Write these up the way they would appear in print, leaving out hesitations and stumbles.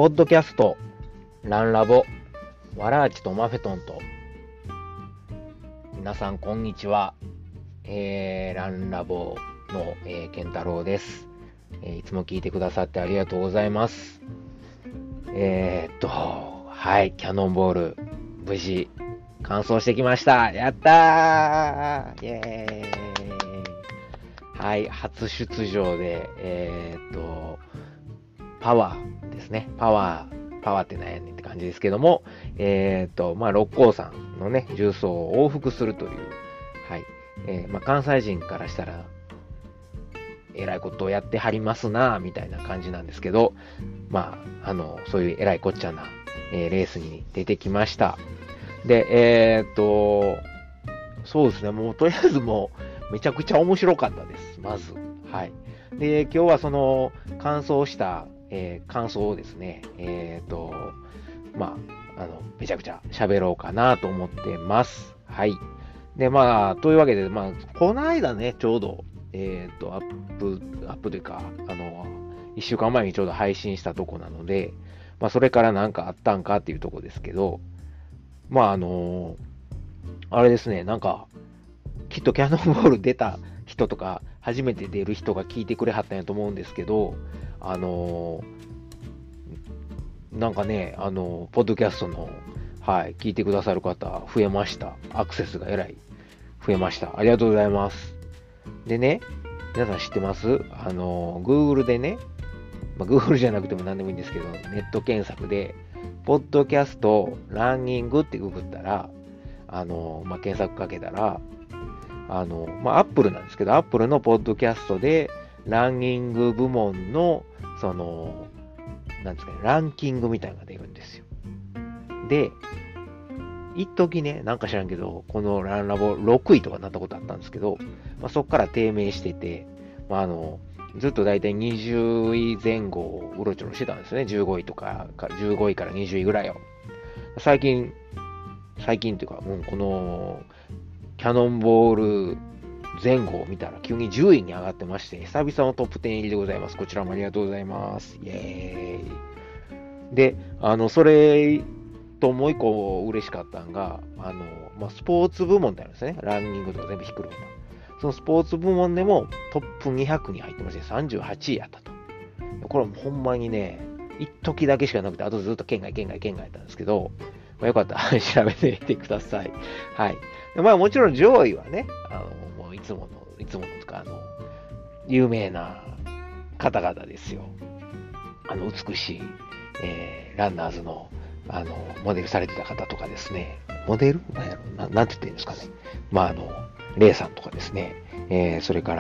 ポッドキャストランラボわらあちとマフェトンと皆さんこんにちは、ランラボの、健太郎です、いつも聞いてくださってありがとうございます。はい、キャノンボール無事完走してきました。やったー、イエーイ。はい、初出場でパワーですね。パワーってなんやねんって感じですけども、六甲山のね、縦走を往復するという、はい、関西人からしたら、えらいことをやってはりますなみたいな感じなんですけど、そういうえらいこっちゃな、レースに出てきました。で、そうですね、もうとりあえずもうめちゃくちゃ面白かったです、まず。はい。で、今日はその完走した、感想をですね、めちゃくちゃ喋ろうかなと思ってます。はい。で、というわけで、この間ね、ちょうど、アップというか、1週間前にちょうど配信したとこなので、それからなんかあったんかっていうとこですけど、あれですね、なんか、きっとキャノンボール出た人とか、初めて出る人が聞いてくれはったんやと思うんですけど、なんかね、ポッドキャストの、はい、聞いてくださる方、増えました。アクセスがえらい増えました。ありがとうございます。でね、皆さん知ってます？Google でね、Google じゃなくても何でもいいんですけど、ネット検索で、ポッドキャストランニングってググったら、検索かけたら、Apple なんですけど、Apple のポッドキャストで、ランニング部門の、なんですかね、ランキングみたいなのが出るんですよ。で、一時ね、なんか知らんけど、このランラボ6位とかなったことあったんですけど、そこから低迷してて、ずっとだいたい20位前後をうろちょろしてたんですね。15位とか、15位から20位ぐらいを。最近というか、この、キャノンボール前後を見たら急に10位に上がってまして、久々のトップ10入りでございます。こちらもありがとうございます。イエーイ。で、それともう一個嬉しかったのが、スポーツ部門ってあるんですね。ランニングとか全部ひっくるめた。そのスポーツ部門でもトップ200に入ってまして、38位やったと。これはほんまにね、一時だけしかなくて、あとずっと県外やったんですけど、よかったら調べてみてください。はい。でもちろん上位はね、もういつものとか、有名な方々ですよ。美しい、ランナーズの、モデルされてた方とかですね。モデルなんて言ってるんですかね。レイさんとかですね。それから、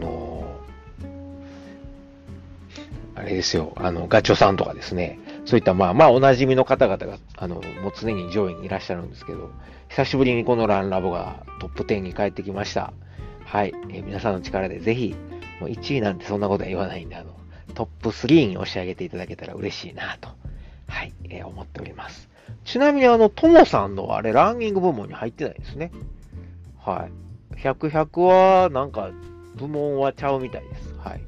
あれですよ、ガチョさんとかですね。そういった、おなじみの方々が、もう常に上位にいらっしゃるんですけど、久しぶりにこのランラボがトップ10に帰ってきました。はい。皆さんの力でぜひ、もう1位なんてそんなことは言わないんで、トップ3に押し上げていただけたら嬉しいなと、はい、思っております。ちなみにトモさんのあれ、ランニング部門に入ってないですね。はい。100は、なんか、部門はちゃうみたいです。はい。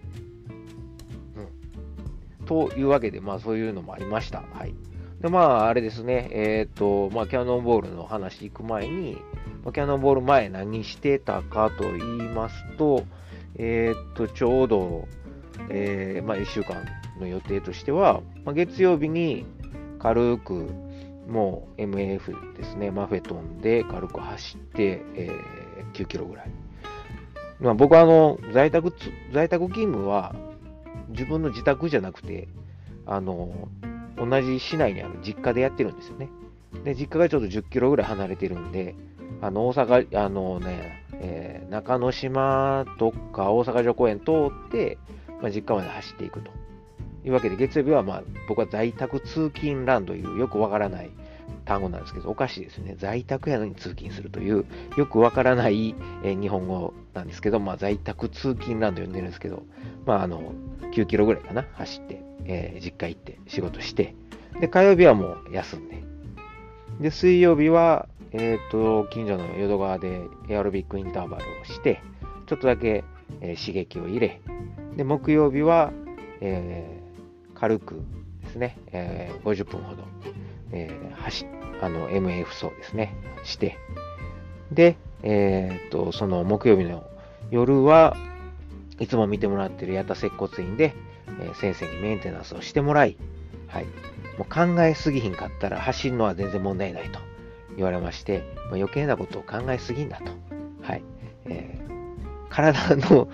というわけで、そういうのもありました。はい。で、あれですね。キャノンボールの話行く前に、キャノンボール前何してたかと言いますと、ちょうど、1週間の予定としては、月曜日に軽く、もう MF ですね、マフェトンで軽く走って、9キロぐらい。僕は在宅勤務は、自分の自宅じゃなくて、同じ市内にある実家でやってるんですよね。で、実家がちょっと10キロぐらい離れてるんで、大阪、中之島とか大阪城公園通って、実家まで走っていくというわけで、月曜日は僕は在宅通勤ランというよくわからない単語なんですけど、おかしいですね。在宅やのに通勤するという、よくわからない、日本語なんですけど、在宅通勤ランと呼んでるんですけど、9キロぐらいかな、走って、実家行って仕事して、で、火曜日はもう休んで、で、水曜日は、近所の淀川でエアロビックインターバルをして、ちょっとだけ、刺激を入れ、で、木曜日は、軽くでですね、50分ほど、MF 走ですね、して、で、その木曜日の夜はいつも見てもらってる八田接骨院で、先生にメンテナンスをしてもらい、はい、もう考えすぎひんかったら走るのは全然問題ないと言われまして、余計なことを考えすぎんだと。はい。体の、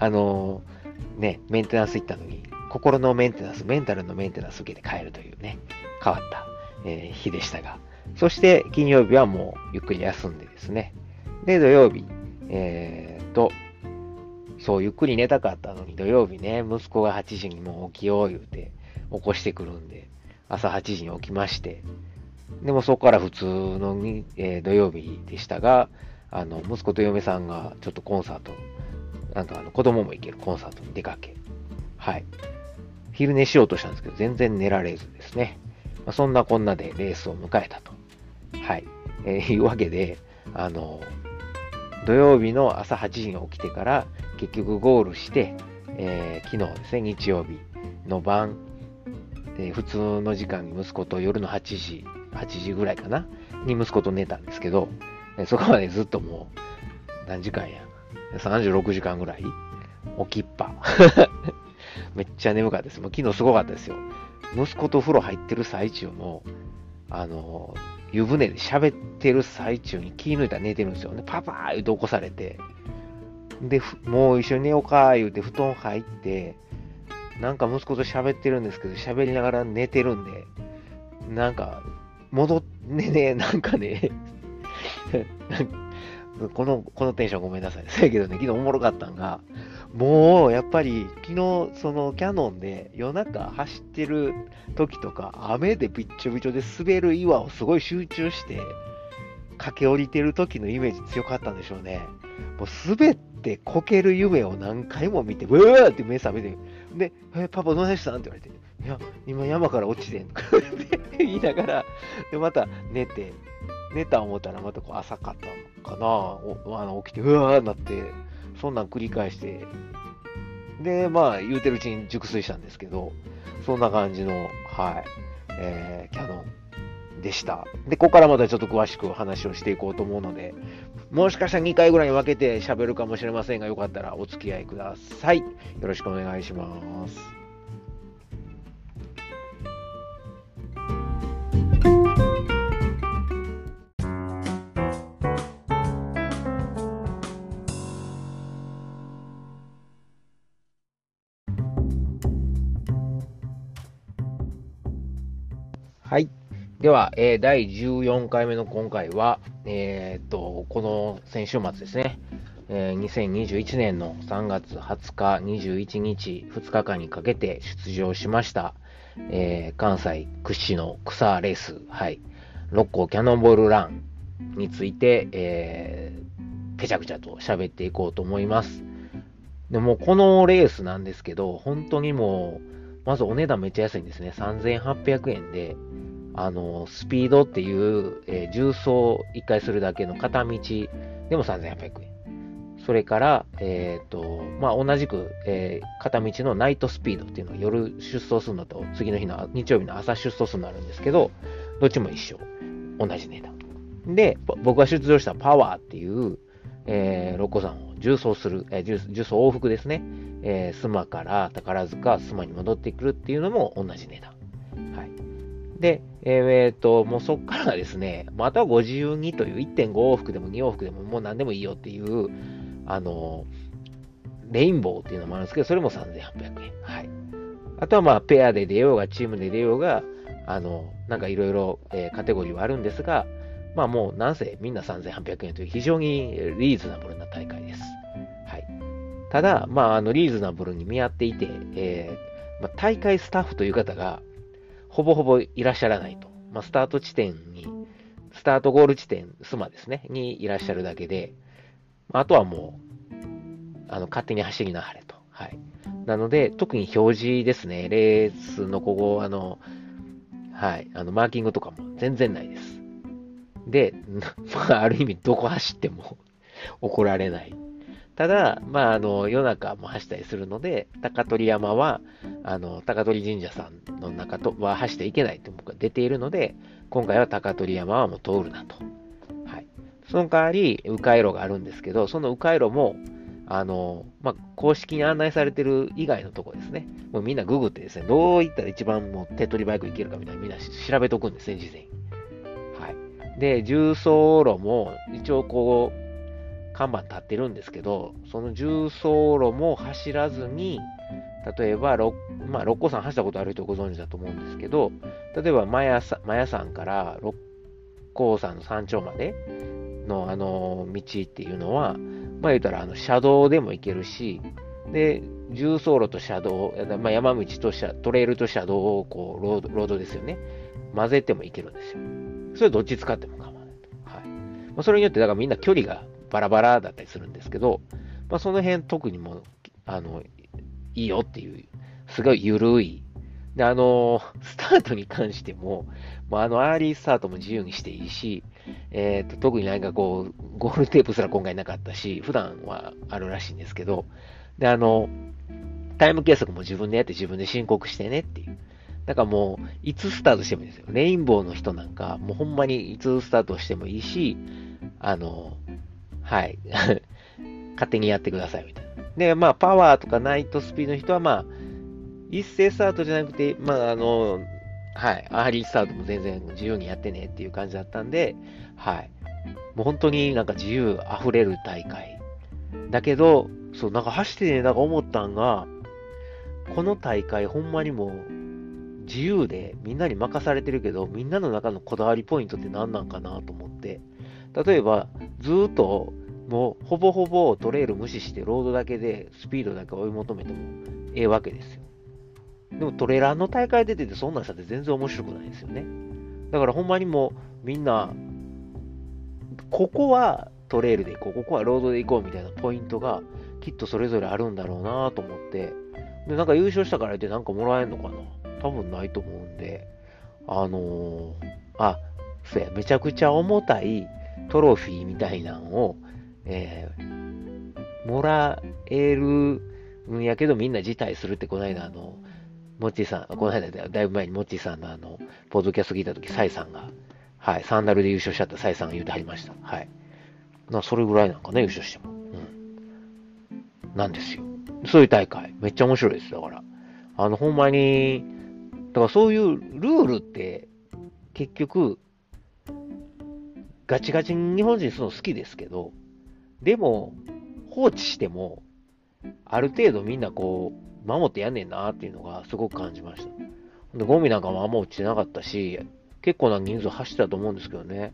メンテナンス行ったのに、心のメンテナンス、メンタルのメンテナンス受けて帰るというね、変わった、日でしたが、そして金曜日はもうゆっくり休んでですね、で、土曜日、そう、ゆっくり寝たかったのに、土曜日ね、息子が8時にもう起きよう言うて、起こしてくるんで、朝8時に起きまして、でもそこから普通の土曜日でしたが、息子と嫁さんがちょっとコンサート、なんか子供も行けるコンサートに出かけ、はい。昼寝しようとしたんですけど、全然寝られずですね。そんなこんなでレースを迎えたと。はい。いうわけで、土曜日の朝8時に起きてから、結局ゴールして、昨日ですね、日曜日の晩、普通の時間に息子と夜の8時ぐらいかな、に息子と寝たんですけど、そこまでずっともう、何時間や、36時間ぐらい、起きっぱ。めっちゃ眠かったです。もう昨日すごかったですよ。息子と風呂入ってる最中も、湯船で喋ってる最中に気抜いたら寝てるんですよね。パパー言うて起こされて。で、もう一緒に寝ようか言うて布団入って、なんか息子と喋ってるんですけど、喋りながら寝てるんで、なんか、なんかね、このテンションごめんなさい。そうやけどね、昨日おもろかったんが、もうやっぱり昨日そのキャノンで夜中走ってる時とか雨でびっちょびちょで滑る岩をすごい集中して駆け下りてる時のイメージ強かったんでしょうね。もう滑ってこける夢を何回も見て、ブーって目覚めて、で、パパどうしたんって言われて、いや、今山から落ちてんとか言いながら、で、また寝た思ったらまたこう朝かったのかな、起きて、うわーなって、そんなん繰り返して、で、まあ、言うてるうちに熟睡したんですけど、そんな感じの、はい、キャノンでした。で、ここからまたちょっと詳しく話をしていこうと思うので、もしかしたら2回ぐらいに分けて喋るかもしれませんが、よかったらお付き合いください。よろしくお願いします。はい。では、第14回目の今回は、この先週末ですね、2021年の3月20日、21日、2日間にかけて出場しました、関西屈指の草レース、はい、六甲キャノンボールランについて、ぺちゃくちゃと喋っていこうと思います。でも、このレースなんですけど、本当にもう、まずお値段めっちゃ安いんですね。3800円で、スピードっていう、重走1回するだけの片道でも3800円。それから、同じく、片道のナイトスピードっていうのが夜出走するのと、次の日の日曜日の朝出走するのあるんですけど、どっちも一緒。同じ値段。で、僕が出場したパワーっていう、六甲山を重走する、重走往復ですね。須磨から宝塚、須磨に戻ってくるっていうのも同じ値段。はい。で、もうそこからですね、またご自由にという1.5往復でも2往復でももう何でもいいよっていう、レインボーっていうのもあるんですけど、それも3800円。はい。あとはまあ、ペアで出ようが、チームで出ようが、なんかいろいろカテゴリーはあるんですが、まあもうなんせみんな3800円という非常にリーズナブルな大会です。はい。ただ、まあ、リーズナブルに見合っていて、大会スタッフという方が、ほぼほぼいらっしゃらないと。スタート地点に、スタートゴール地点、須磨ですね、にいらっしゃるだけで、あとはもう、勝手に走りなはれと。はい。なので、特に表示ですね、レースのここ、はい、マーキングとかも全然ないです。で、ある意味どこ走っても怒られない。 ただ、まあ、夜中も走ったりするので、高取山は、高取神社さんの中とは走っていけないと僕は出ているので、今回は高取山はもう通るなと。はい。その代わり、迂回路があるんですけど、その迂回路も、まあ、公式に案内されてる以外のとこですね。もうみんなググってですね、どういったら一番もう手っ取り早く行けるかみたいなみんな調べとくんですね、事前に。はい。で、重走路も一応こう、看板立ってるんですけど、その重走路も走らずに、例えば、まあ、六甲山走ったことある人ご存知だと思うんですけど、例えば、マヤ山から六甲山の山頂までの道っていうのは、まあ言うたら車道でも行けるし、で、重走路と車道、まあ、山道とトレイルと車道をこうロードですよね。混ぜても行けるんですよ。それどっち使っても構わないと。はい。まあ、それによって、だからみんな距離がバラバラだったりするんですけど、まあ、その辺特にもう、いいよっていう、すごい緩い。で、スタートに関しても、まあ、アーリースタートも自由にしていいし、特になんかこう、ゴールテープすら今回なかったし、普段はあるらしいんですけど、で、タイム計測も自分でやって自分で申告してねっていう。だからもう、いつスタートしてもいいですよ。レインボーの人なんか、もうほんまにいつスタートしてもいいし、はい。勝手にやってくださいみたいな。で、まあ、パワーとかナイトスピードの人は、まあ、一斉スタートじゃなくて、まあ、はい、アーリースタートも全然自由にやってねっていう感じだったんで、はい。もう本当になんか自由溢れる大会。だけど、そう、なんか走ってね、なんか思ったんが、この大会ほんまにもう自由でみんなに任されてるけど、みんなの中のこだわりポイントって何なんかなと思って、例えば、ずーっともうほぼほぼトレイル無視してロードだけでスピードだけ追い求めてもええわけですよ。でもトレーラーの大会出ててそんなんしたって全然面白くないですよね。だからほんまにもうみんな、ここはトレイルで行こう、ここはロードで行こうみたいなポイントがきっとそれぞれあるんだろうなと思って、で、なんか優勝したから言ってなんかもらえんのかな、多分ないと思うんで、あ、そうや、めちゃくちゃ重たいトロフィーみたいなのを、もらえるんやけどみんな辞退するってこの間モッチーさん、この間だいぶ前にモッチーさんのポッドキャスト聞いたとき、サイさんが、はい、サンダルで優勝しちゃったサイさんが言うてはりました。はい。それぐらいなんかね、優勝しても。うん。なんですよ。そういう大会。めっちゃ面白いです。だから。ほんまに、だからそういうルールって、結局、ガチガチに日本人するの好きですけど、でも、放置しても、ある程度みんなこう、守ってやんねんなっていうのがすごく感じました。で、ゴミなんかもあんま落ちてなかったし、結構な人数走ってたと思うんですけどね。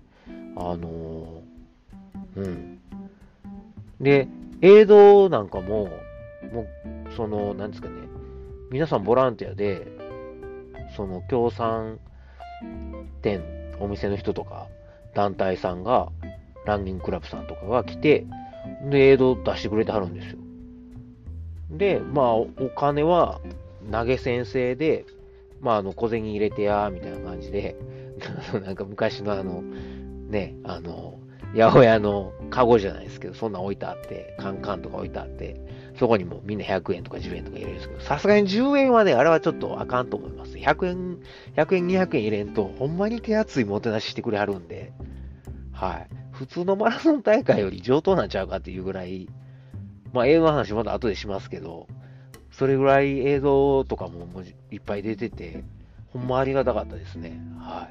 うん。で、映像なんかも、もなんですかね、皆さんボランティアで、協賛店、お店の人とか、団体さんが、ランニングクラブさんとかが来て、で、映像出してくれてはるんですよ。で、まあ、お金は投げ先生で、まあ、小銭入れてや、みたいな感じで、なんか昔のね、八百屋のカゴじゃないですけど、そんなん置いてあって、カンカンとか置いてあって、そこにもみんな100円とか10円とか入れるんですけど、さすがに10円はね、あれはちょっとあかんと思います。100円、100円、200円入れんと、ほんまに手厚いもてなししてくれはるんで、はい。普通のマラソン大会より上等なんちゃうかっていうぐらい、まあ映像の話まだ後でしますけど、それぐらい映像とかもいっぱい出てて、ほんまありがたかったですね。はい。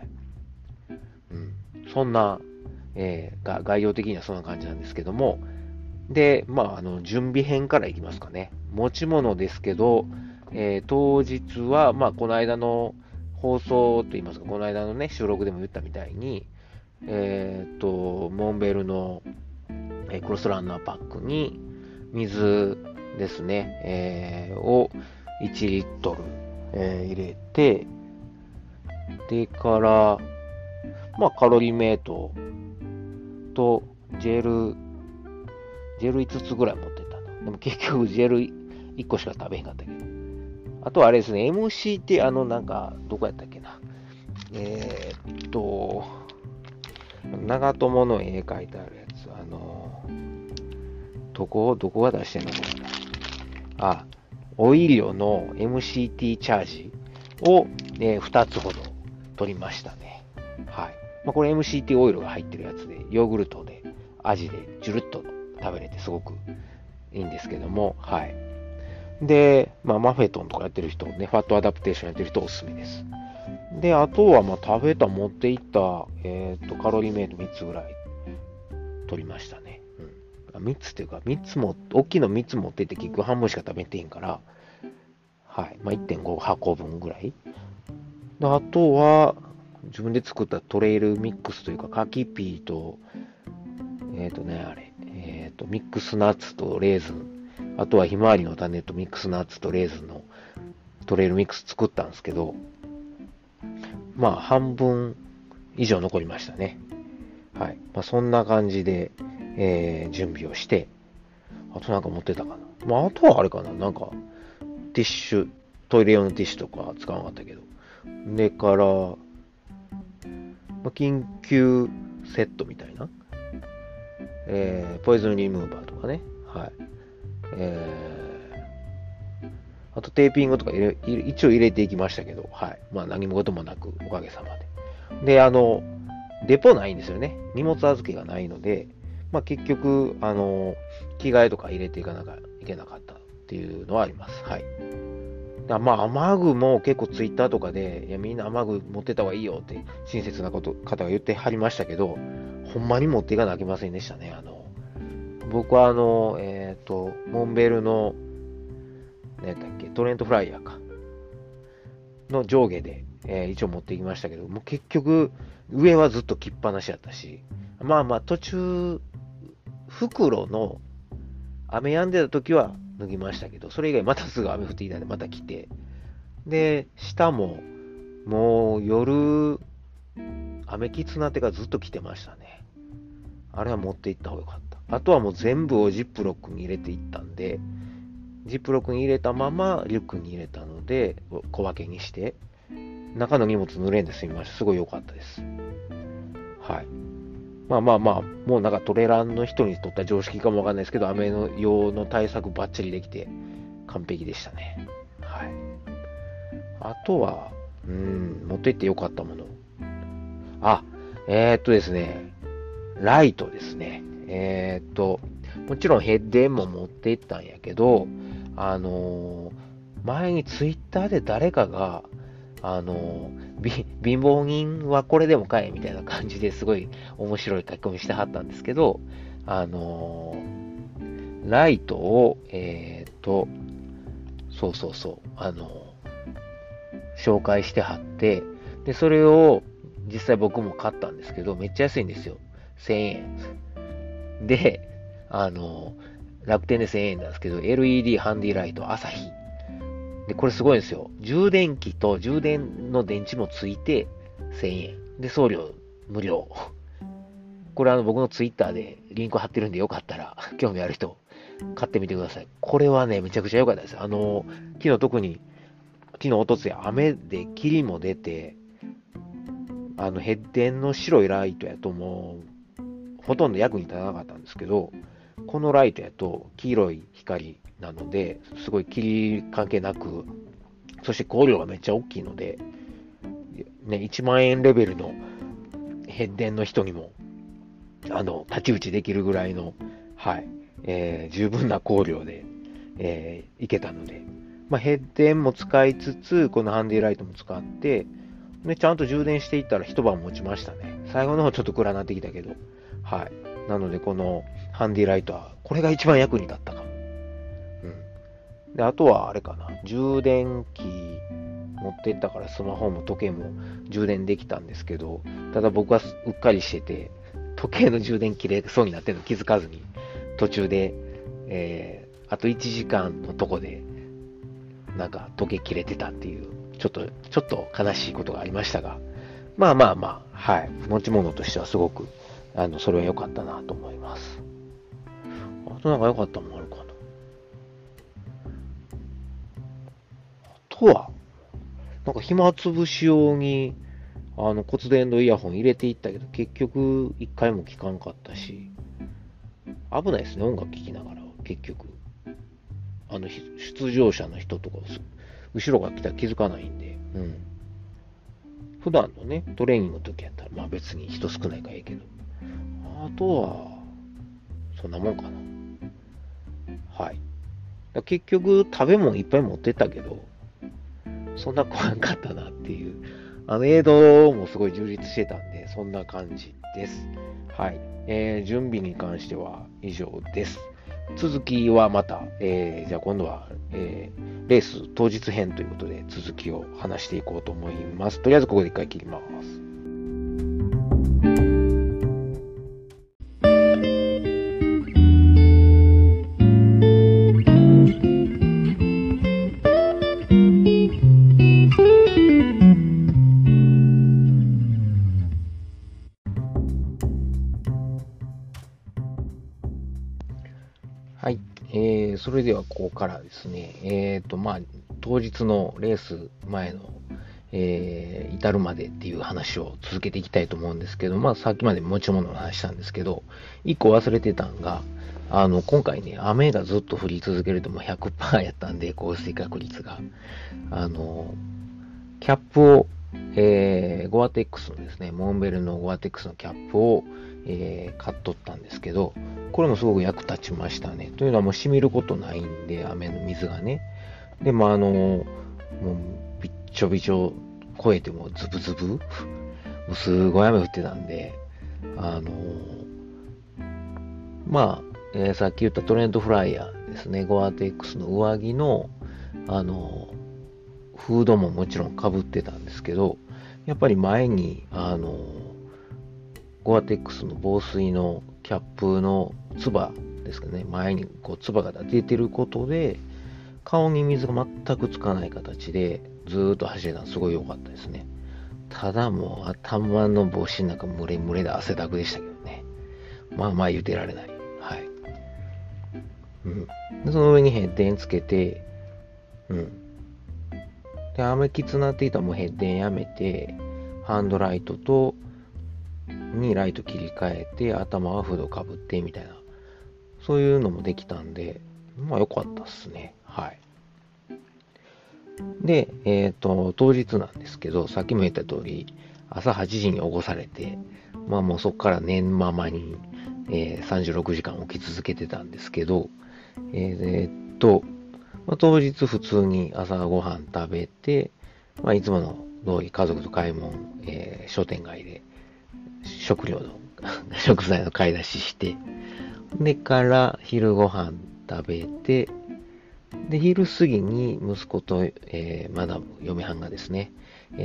うん。そんな、概要的にはそんな感じなんですけども、で、まあ、準備編からいきますかね。持ち物ですけど、当日は、まあ、この間の放送といいますか、この間のね、収録でも言ったみたいに、モンベルの、クロスランナーパックに、水ですね、を1リットル、入れて、でから、まあ、カロリーメイトとジェル5つぐらい持ってたの。でも結局ジェル1個しか食べへんかったけど。あとはあれですね、MC ってなんか、どこやったっけな。長友の絵描いてあるやつ。 どこが出してんのこれ。あ、オイリオの MCT チャージを、2つほど取りましたね。はい。まあ、これ MCT オイルが入ってるやつで、ヨーグルトで、味で、ジュルッと食べれてすごくいいんですけども、はい。で、まあ、マフェトンとかやってる人、ね、ファットアダプテーションやってる人おすすめです。で、あとは、まあ、持っていった、カロリーメイト3つぐらい取りましたね。うん。3つっていうか、大きいの3つ持っていって結局半分しか食べてへんから、はい。まあ、1.5箱分ぐらい。で、あとは、自分で作ったトレイルミックスというか、柿ピーと、ミックスナッツとレーズン、あとはひまわりの種とミックスナッツとレーズンのトレイルミックス作ったんですけど、まあ、半分以上残りましたね。はい。まあ、そんな感じで、準備をして、あとなんか持ってたかな。まあ、あとはあれかな。なんか、ティッシュ、トイレ用のティッシュとか使わなかったけど。でから、まあ、緊急セットみたいな。ポイズンリムーバーとかね。はい。あとテーピングとか一応入れていきましたけど、はい。まあ何事もなく、おかげさまで。で、デポないんですよね。荷物預けがないので、まあ結局、着替えとか入れていかなきゃいけなかったっていうのはあります。はい。まあ雨具も結構ツイッターとかで、いやみんな雨具持ってた方がいいよって親切な方が言ってはりましたけど、ほんまに持っていかなきゃいけませんでしたね。僕はモンベルの、何やったっけ、トレントフライヤーか。の上下で、一応持ってきましたけど、もう結局、上はずっと着っぱなしやったし、まあまあ途中、袋の雨止んでた時は脱ぎましたけど、それ以外またすぐ雨降ってきたんでまた着て、で、下も、もう夜、雨きつなってからずっと着てましたね。あれは持って行った方がよかった。あとはもう全部をジップロックに入れていったんで、ジップロックに入れたままリュックに入れたので、小分けにして、中の荷物濡れんで済みました。すごい良かったです。はい。まあまあまあ、もうなんかトレランの人にとった常識かもわかんないですけど、雨の用の対策バッチリできて完璧でしたね。はい。あとは、持って行って良かったもの。あ、ですね、ライトですね。もちろんヘッデンも持って行ったんやけど、前にツイッターで誰かが、貧乏人はこれでも買えみたいな感じですごい面白い書き込みしてはったんですけど、ライトを、そうそうそう、紹介してはって、で、それを実際僕も買ったんですけど、めっちゃ安いんですよ。1000円。で、楽天で1000円なんですけど、LED ハンディライト朝日。で、これすごいんですよ。充電器と充電の電池もついて1000円。で、送料無料。これ僕のツイッターでリンク貼ってるんでよかったら、興味ある人、買ってみてください。これはね、めちゃくちゃ良かったです。昨日特に、昨日おとつや雨で霧も出て、ヘッデンの白いライトやともう、ほとんど役に立たなかったんですけど、このライトやと黄色い光なので、すごい霧関係なく、そして光量がめっちゃ大きいので、ね、1万円レベルのヘッデンの人にも、太刀打ちできるぐらいの、はい、十分な光量で、いけたので、まあ、ヘッデンも使いつつ、このハンディライトも使って、で、ちゃんと充電していったら一晩持ちましたね。最後の方ちょっと暗なってきたけど、はい。なので、このハンディライトは、これが一番役に立ったかも。うん。で、あとはあれかな。充電器持ってったからスマホも時計も充電できたんですけど、ただ僕はうっかりしてて、時計の充電切れそうになってるの気づかずに、途中で、あと1時間のとこで、なんか時計切れてたっていう、ちょっと悲しいことがありましたが、まあまあまあ、はい。持ち物としてはすごく、それは良かったなと思います。あとなんか良かったもんあるかな。あとは、なんか暇つぶし用に、骨伝導イヤホン入れていったけど、結局一回も聞かんかったし、危ないですね、音楽聴きながらは。 結局。出場者の人とか、後ろが来たら気づかないんで、普段のね、トレーニングの時やったら、まあ別に人少ないからいいけど、あとは、そんなもんかな。はい。結局、食べ物いっぱい持ってったけど、そんな怖かったなっていう。映像もすごい充実してたんで、そんな感じです。はい。準備に関しては以上です。続きはまた、じゃあ今度は、レース当日編ということで続きを話していこうと思います。とりあえずここで一回切ります。はい。それではここからですね、まあ、当日のレース前の、至るまでっていう話を続けていきたいと思うんですけど、まあ、さっきまで持ち物の話したんですけど、一個忘れてたんが、今回ね、雨がずっと降り続けるともう 100% やったんで、降水確率が。キャップを、ゴアテックスのですね、モンベルのゴアテックスのキャップを、買っとったんですけど、これもすごく役立ちましたね。というのはもう染みることないんで、雨の水がね。でももうびっちょびちょ超えてもズブズブもうすごい雨降ってたんで、まあ、さっき言ったトレンドフライヤーですね、ゴアテックスの上着の、フードももちろん被ってたんですけど、やっぱり前に、ゴアテックスの防水のキャップのつばですかね、前にこうつばが出てることで、顔に水が全くつかない形で、ずーっと走れたのすごい良かったですね。ただもう頭の帽子なんかムレムレで汗だくでしたけどね。まあまあ言うてられない。はい。でその上にヘッデンつけて、で、雨きつなっていたらもうヘッデンやめて、ハンドライトにライト切り替えて、頭はフードかぶってみたいな。そういうのもできたんで、まあ良かったっすね。はい。で、当日なんですけど、さっきも言った通り、朝8時に起こされて、まあもうそこから寝んままに、36時間起き続けてたんですけど、まあ、当日普通に朝ごはん食べて、まあいつもの通り家族と買い物、商店街で食料の食材の買い出しして、でから昼ご飯食べて、で、昼過ぎに息子と、マダム、嫁はんがですね、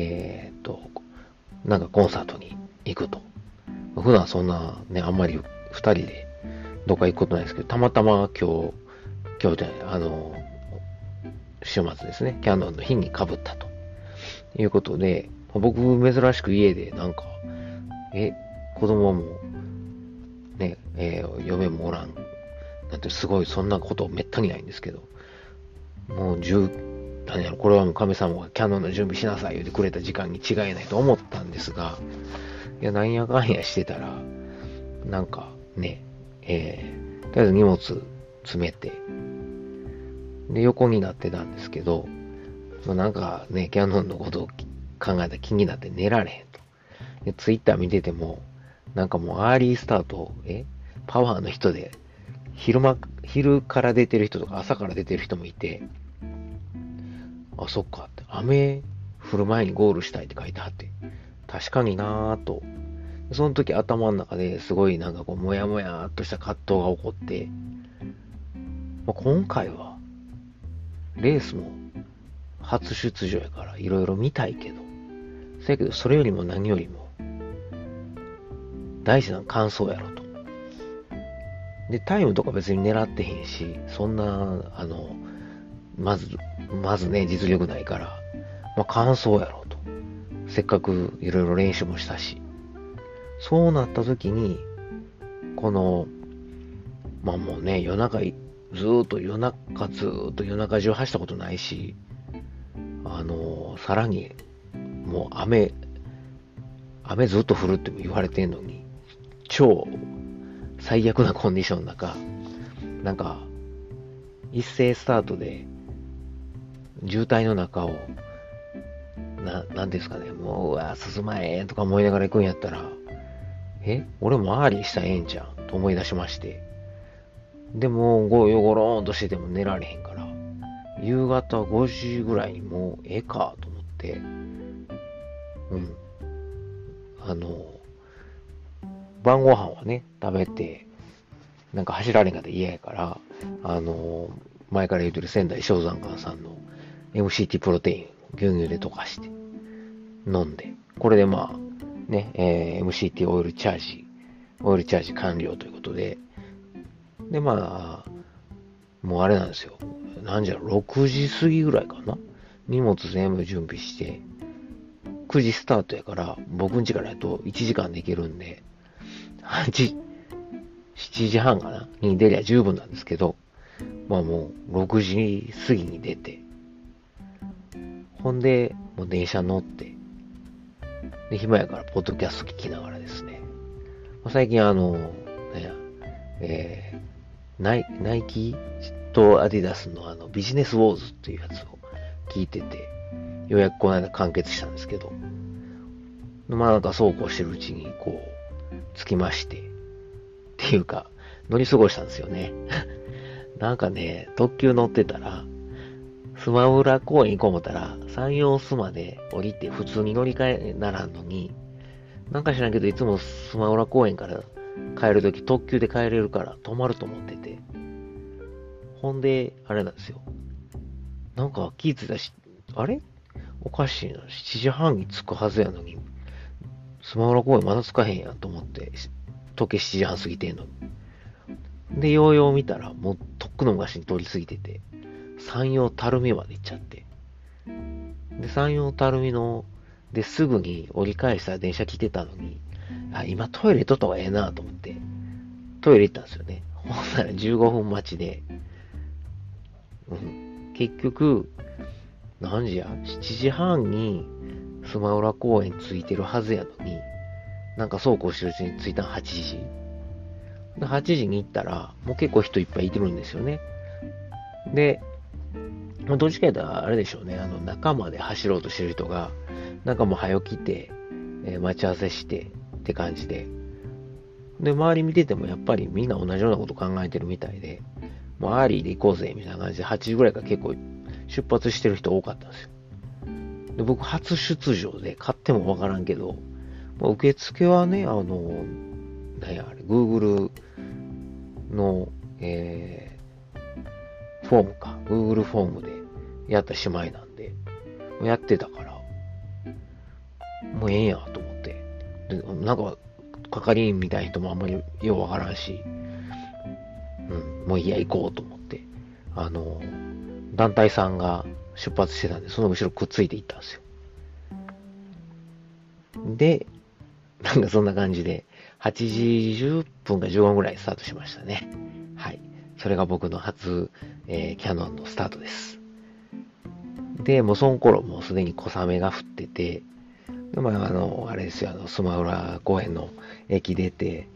なんかコンサートに行くと。普段そんなね、あんまり二人でどっか行くことないですけど、たまたま今日じゃない、週末ですね、キャノンの日に被ったということで、僕珍しく家でなんか、子供もね、嫁もおらん。なんてすごいそんなことめったにないんですけど、もう何やろ、これはもう神様がキャノンの準備しなさい言ってくれた時間に違いないと思ったんですが、いや、なんやかんやしてたら、なんかね、とりあえず荷物詰めて、で、横になってたんですけど、なんかね、キャノンのことを考えたら気になって寝られへんと。で、ツイッター見てても、なんかもうアーリースタート、パワーの人で、昼から出てる人とか朝から出てる人もいて、あ、そっかって、雨降る前にゴールしたいって書いてあって、確かになぁと。その時頭の中ですごいなんかこう、もやもやっとした葛藤が起こって、今回は、レースも初出場やからいろいろ見たいけど、せやけどそれよりも何よりも、大事な感想やろと。で、タイムとか別に狙ってへんし、そんな、まずね、実力ないから、感想やろと。せっかくいろいろ練習もしたし。そうなった時に、この、もうね、ずーっと夜中中走ったことないし、さらに、もう雨ずっと降るって言われてんのに、超最悪なコンディションの中、なんか、 一斉スタートで、渋滞の中を、なんですかね、もう、うわ、進まへんとか思いながら行くんやったら、俺も回りしたらええんちゃうと思い出しまして。でも、ごろーんとしてても寝られへんから、夕方5時ぐらいにもうええかと思って、うん。あの、晩ご飯はね、食べて、なんか走られんかったら嫌やから、前から言ってる仙台正山館さんの MCT プロテイン、牛乳で溶かして飲んで、これでまあ、ね、MCT オイルチャージ完了ということで、でまあ、もうあれなんですよ。なんじゃろ、6時過ぎぐらいかな。荷物全部準備して、9時スタートやから、僕ん家からやと1時間で行けるんで、7時半かなに出りゃ十分なんですけど、まあもう6時過ぎに出て、ほんで、もう電車乗って、で、暇やからポッドキャスト聞きながらですね、最近ナイキとアディダスのビジネスウォーズっていうやつを聞いてて、ようやくこの間完結したんですけど、まあなんかそうこうしてるうちにこう、着きまして、っていうか、乗り過ごしたんですよね。なんかね、特急乗ってたら、スマウラ公園行こう思ったら、山陽スマで降りて普通に乗り換えならんのに、なんか知らんけど、いつもスマウラ公園から帰るとき特急で帰れるから止まると思ってて。ほんで、あれなんですよ。なんか気づいたし、あれおかしいな。7時半に着くはずやのに、スマウラ公園まだ着かへんやんと思って、時計7時半過ぎてんのに。で、ようよう見たら、もうとっくの昔に通り過ぎてて、山陽垂水まで行っちゃって。で、山陽垂水の、すぐに折り返したら電車来てたのに、今トイレ取った方がええなと思って、トイレ行ったんですよね。ほんなら15分待ちで、結局、何時や ?7 時半にスマウラ公園着いてるはずやのに、なんかそうこうしてるうちに着いたの8時。で、8時に行ったら、もう結構人いっぱいいてるんですよね。で、どっちかというとあれでしょうね、仲間で走ろうとしてる人が、なんかもう早起きて、待ち合わせしてって感じで。で、周り見ててもやっぱりみんな同じようなこと考えてるみたいで、もうアーリーで行こうぜみたいな感じで8時ぐらいから結構出発してる人多かったんですよ。で、僕初出場で買ってもわからんけど、受付はね、なんやあれ、Google の、フォームか。Google フォームでやったしまいなんで、やってたから、もうええんやと思って。で、なんか、係員みたいな人もあんまりようわからんし、もういいや行こうと思って、団体さんが出発してたんで、その後ろくっついていったんですよ。で、なんかそんな感じで、8時10分か15分ぐらいスタートしましたね。はい。それが僕の初、キャノンのスタートです。で、もうその頃もうすでに小雨が降ってて、で、まあ、あれですよ、スマウラ公園の駅出て、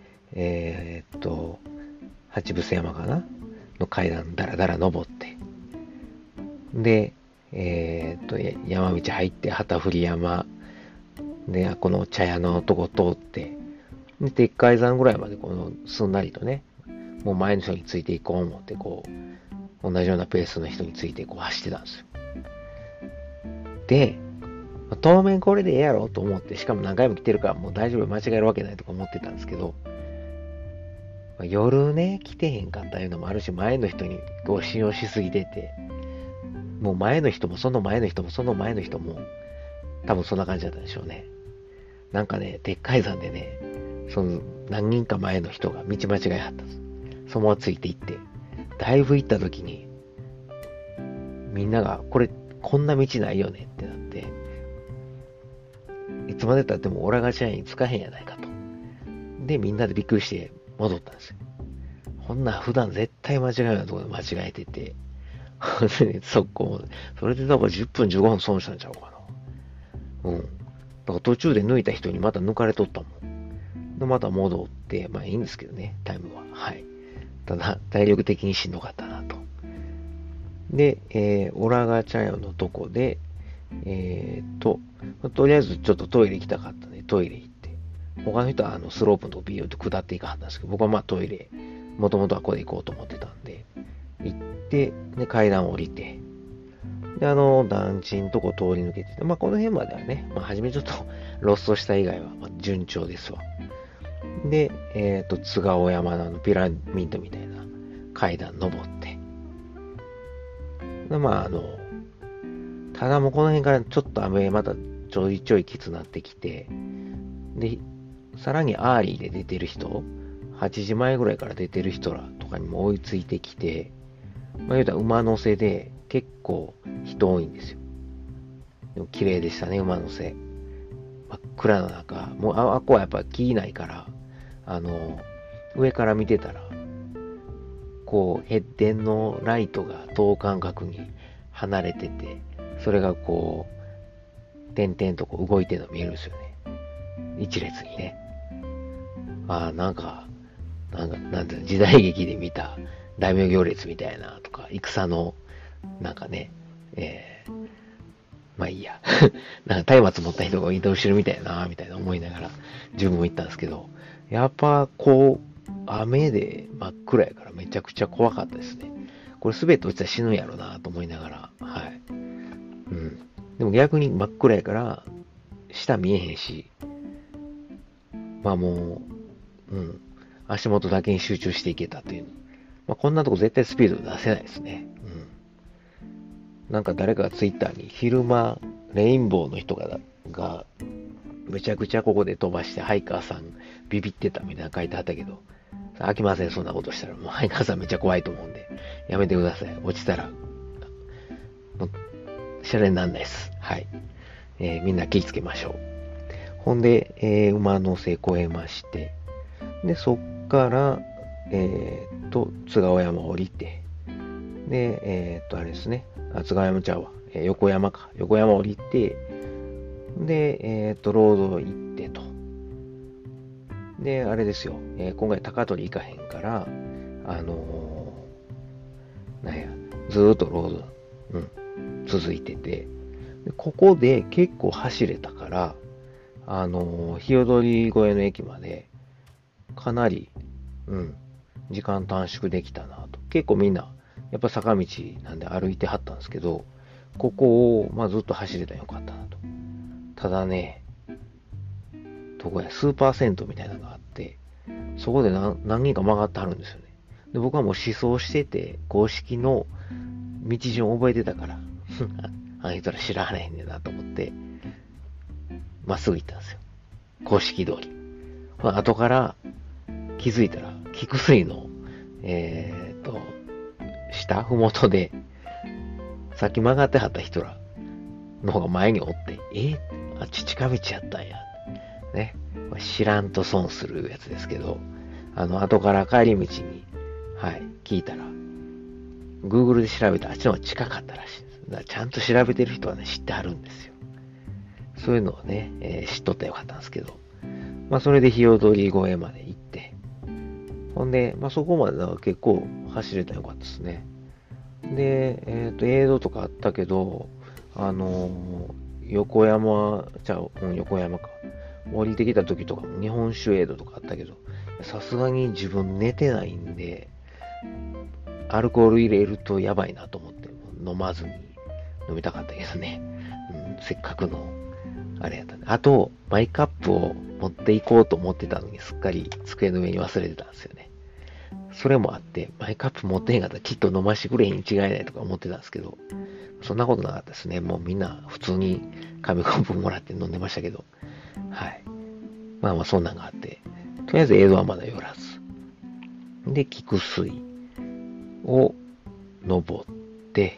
八伏山かなの階段だらだら登って、で、山道入って、旗振山、で、この茶屋のとこ通って、で、鉄海山ぐらいまでこのすんなりとね、もう前の人についていこう思って、こう、同じようなペースの人についてこう走ってたんですよ。で、当面これでええやろと思って、しかも何回も来てるからもう大丈夫、間違えるわけないとか思ってたんですけど、夜ね、来てへんかったいうのもあるし、前の人にこう信用しすぎてて、もう前の人もその前の人もその前の人も、多分そんな感じだったんでしょうね。なんかね、でっかい山でね、その何人か前の人が道間違いはったんです。そのままついていって、だいぶ行った時に、みんなが、こんな道ないよねってなって、いつまで経ってもオラが社員つかへんやないかと。で、みんなでびっくりして戻ったんですよ。こんな普段絶対間違いないところで間違えてて、速攻、それでだから10分15分損したんちゃうかな。だから途中で抜いた人にまた抜かれとったもん。で、また戻って、まあいいんですけどね、タイムは。はい。ただ、体力的にしんどかったなと。 で、オラガ茶屋のとこで、とりあえずちょっとトイレ行きたかったんで、トイレ行って、他の人はスロープのとこビヨーって下っていかはったんですけど、僕はまあトイレ、もともとはここで行こうと思ってたんで、行って、で、階段降りて、で、団地のとこ通り抜けてて、まあこの辺まではね、まあ初めちょっとロストした以外は、まあ、順調ですわ。で、津川山のピラミッドみたいな階段登って、でまあただもうこの辺からちょっと雨またちょいちょいきつなってきて、で、さらにアーリーで出てる人、8時前ぐらいから出てる人らとかにも追いついてきて、まあ言うたら馬乗せで結構人多いんですよ。でも綺麗でしたね、馬乗せ。真っ暗な中、もうあっこはやっぱ木ないから、上から見てたら、こう、ヘッデンのライトが等間隔に離れてて、それがこう、点々とこう動いてるの見えるんですよね。一列にね。なんていうの、時代劇で見た大名行列みたいなとか、戦の、なんかね、まあいいや。なんか松明持った人が移動してるみたいな、みたいな思いながら自分も行ったんですけど、やっぱこう、雨で真っ暗やからめちゃくちゃ怖かったですね。これ滑って落ちたら死ぬんやろなと思いながら、はい。うん。でも逆に真っ暗やから、下見えへんし、まあもう、足元だけに集中していけたという。まあこんなとこ絶対スピード出せないですね。なんか誰かがツイッターに昼間レインボーの人がめちゃくちゃここで飛ばしてハイカーさんビビってたみたいな書いてあったけど、飽きません、そんなことしたら。もうハイカーさんめっちゃ怖いと思うんで、やめてください。落ちたら、もう、シャレになんないです。はい。みんな気ぃつけましょう。ほんで、馬乗せ越えまして、で、そっから、津川山降りて、で、あれですね、津川山ちゃうわ、横山か。横山降りて、で、ロード行ってと。で、あれですよ、今回高取行かへんから、なんや、ずーっとロード、続いてて、でここで結構走れたから、日踊り越えの駅まで、かなり、時間短縮できたなと。結構みんな、やっぱ坂道なんで歩いてはったんですけど、ここを、まあ、ずっと走れたらよかったなと。ただね、どこや、スーパー銭湯みたいなのがあって、そこで何人か曲がってはるんですよね。で、僕はもう思想してて、公式の道順を覚えてたから、あの人ら知らへんねんなと思って、まっすぐ行ったんですよ。公式通り。後から気づいたら、菊水の、下、ふもとで、さっき曲がってはった人らの方が前におって、あっち近道やったんや。ね。知らんと損するやつですけど、後から帰り道に、はい、聞いたら、Google で調べたらあっちの方が近かったらしいです。だからちゃんと調べてる人はね、知ってはるんですよ。そういうのをね、知っとったらよかったんですけど、まあそれで日踊り越えまで行って、ほんで、まあそこまでだから結構走れたらよかったですね。で、映像とかあったけど、横山か。降りてきた時とかも日本酒エイドとかあったけど、さすがに自分寝てないんで、アルコール入れるとやばいなと思って、飲まずに飲みたかったけどね。せっかくの、あれやったね。あと、マイカップを持っていこうと思ってたのに、すっかり机の上に忘れてたんですよね。それもあって、マイカップ持ってへんかったらきっと飲ましてくれへんに違いないとか思ってたんですけど、そんなことなかったですね。もうみんな普通に紙コップもらって飲んでましたけど、はい。まあまあそんなんがあって、とりあえず江戸はまだ寄らず。で、菊水を登って、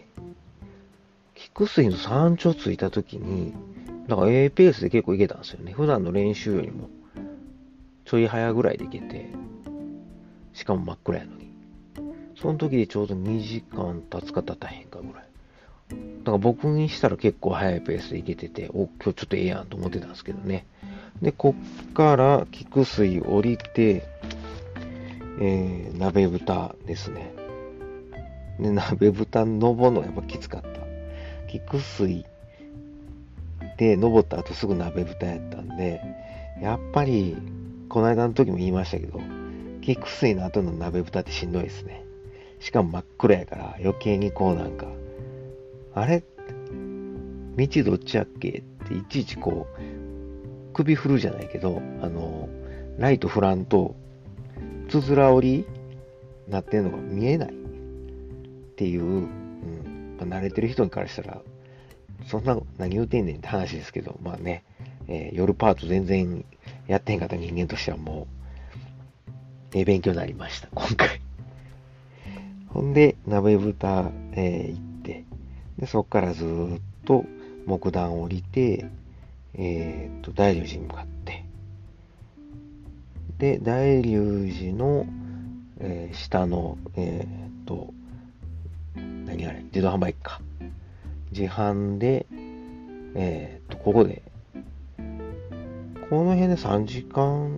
菊水の山頂着いた時に、だから A ペースで結構行けたんですよね。普段の練習よりもちょい早ぐらいで行けて、しかも真っ暗やのに。その時でちょうど2時間経つか経たへんかぐらい。だから僕にしたら結構早いペースで行けてて、今日ちょっとええやんと思ってたんですけどね。で、こっから菊水降りて、鍋豚ですね。 で、鍋豚登るのがやっぱきつかった。菊水で登った後すぐ鍋豚やったんで、やっぱり、この間の時も言いましたけど、菊水の後の鍋豚ってしんどいですね。しかも真っ暗やから余計にこうなんか、あれ道どっちやっけっていちいちこう、首振るじゃないけど、ライト振らんと、つづら折りなってるのが見えないっていう、慣れてる人からしたら、そんな何言うてんねんって話ですけど、まあね、夜パート全然やってへんかった人間としてはもう、勉強になりました、今回。ほんで、鍋豚、行って、で、そっからずーっと木段降りて、大龍寺に向かって、で、大龍寺の、下の、何あれ、自動販売機か。自販で、ここで、この辺で3時間、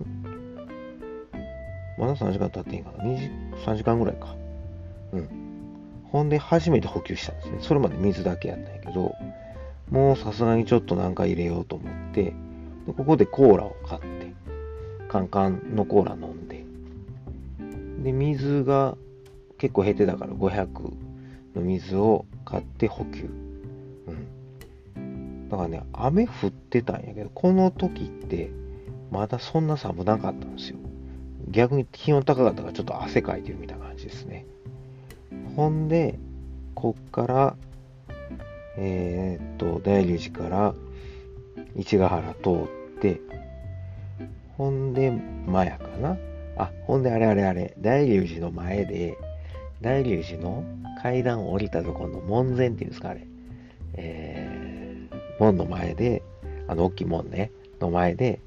まだ3時間経ってへんかな。3時間ぐらいか。ほんで、初めて補給したんですね。それまで水だけやったんやけど、もうさすがにちょっとなんか入れようと思って、でここでコーラを買って、カンカンのコーラ飲んで、で、水が結構減ってたから500の水を買って補給。だからね、雨降ってたんやけど、この時ってまだそんな寒なかったんですよ。逆に気温高かったからちょっと汗かいてるみたいな感じですね。ほんで、こっから、大龍寺から市ヶ原通って、ほんで、マヤかな。ほんであれ、大龍寺の前で、大龍寺の階段を降りたところの門前っていうんですか、あれ。門の前で、大きい門ね、の前で、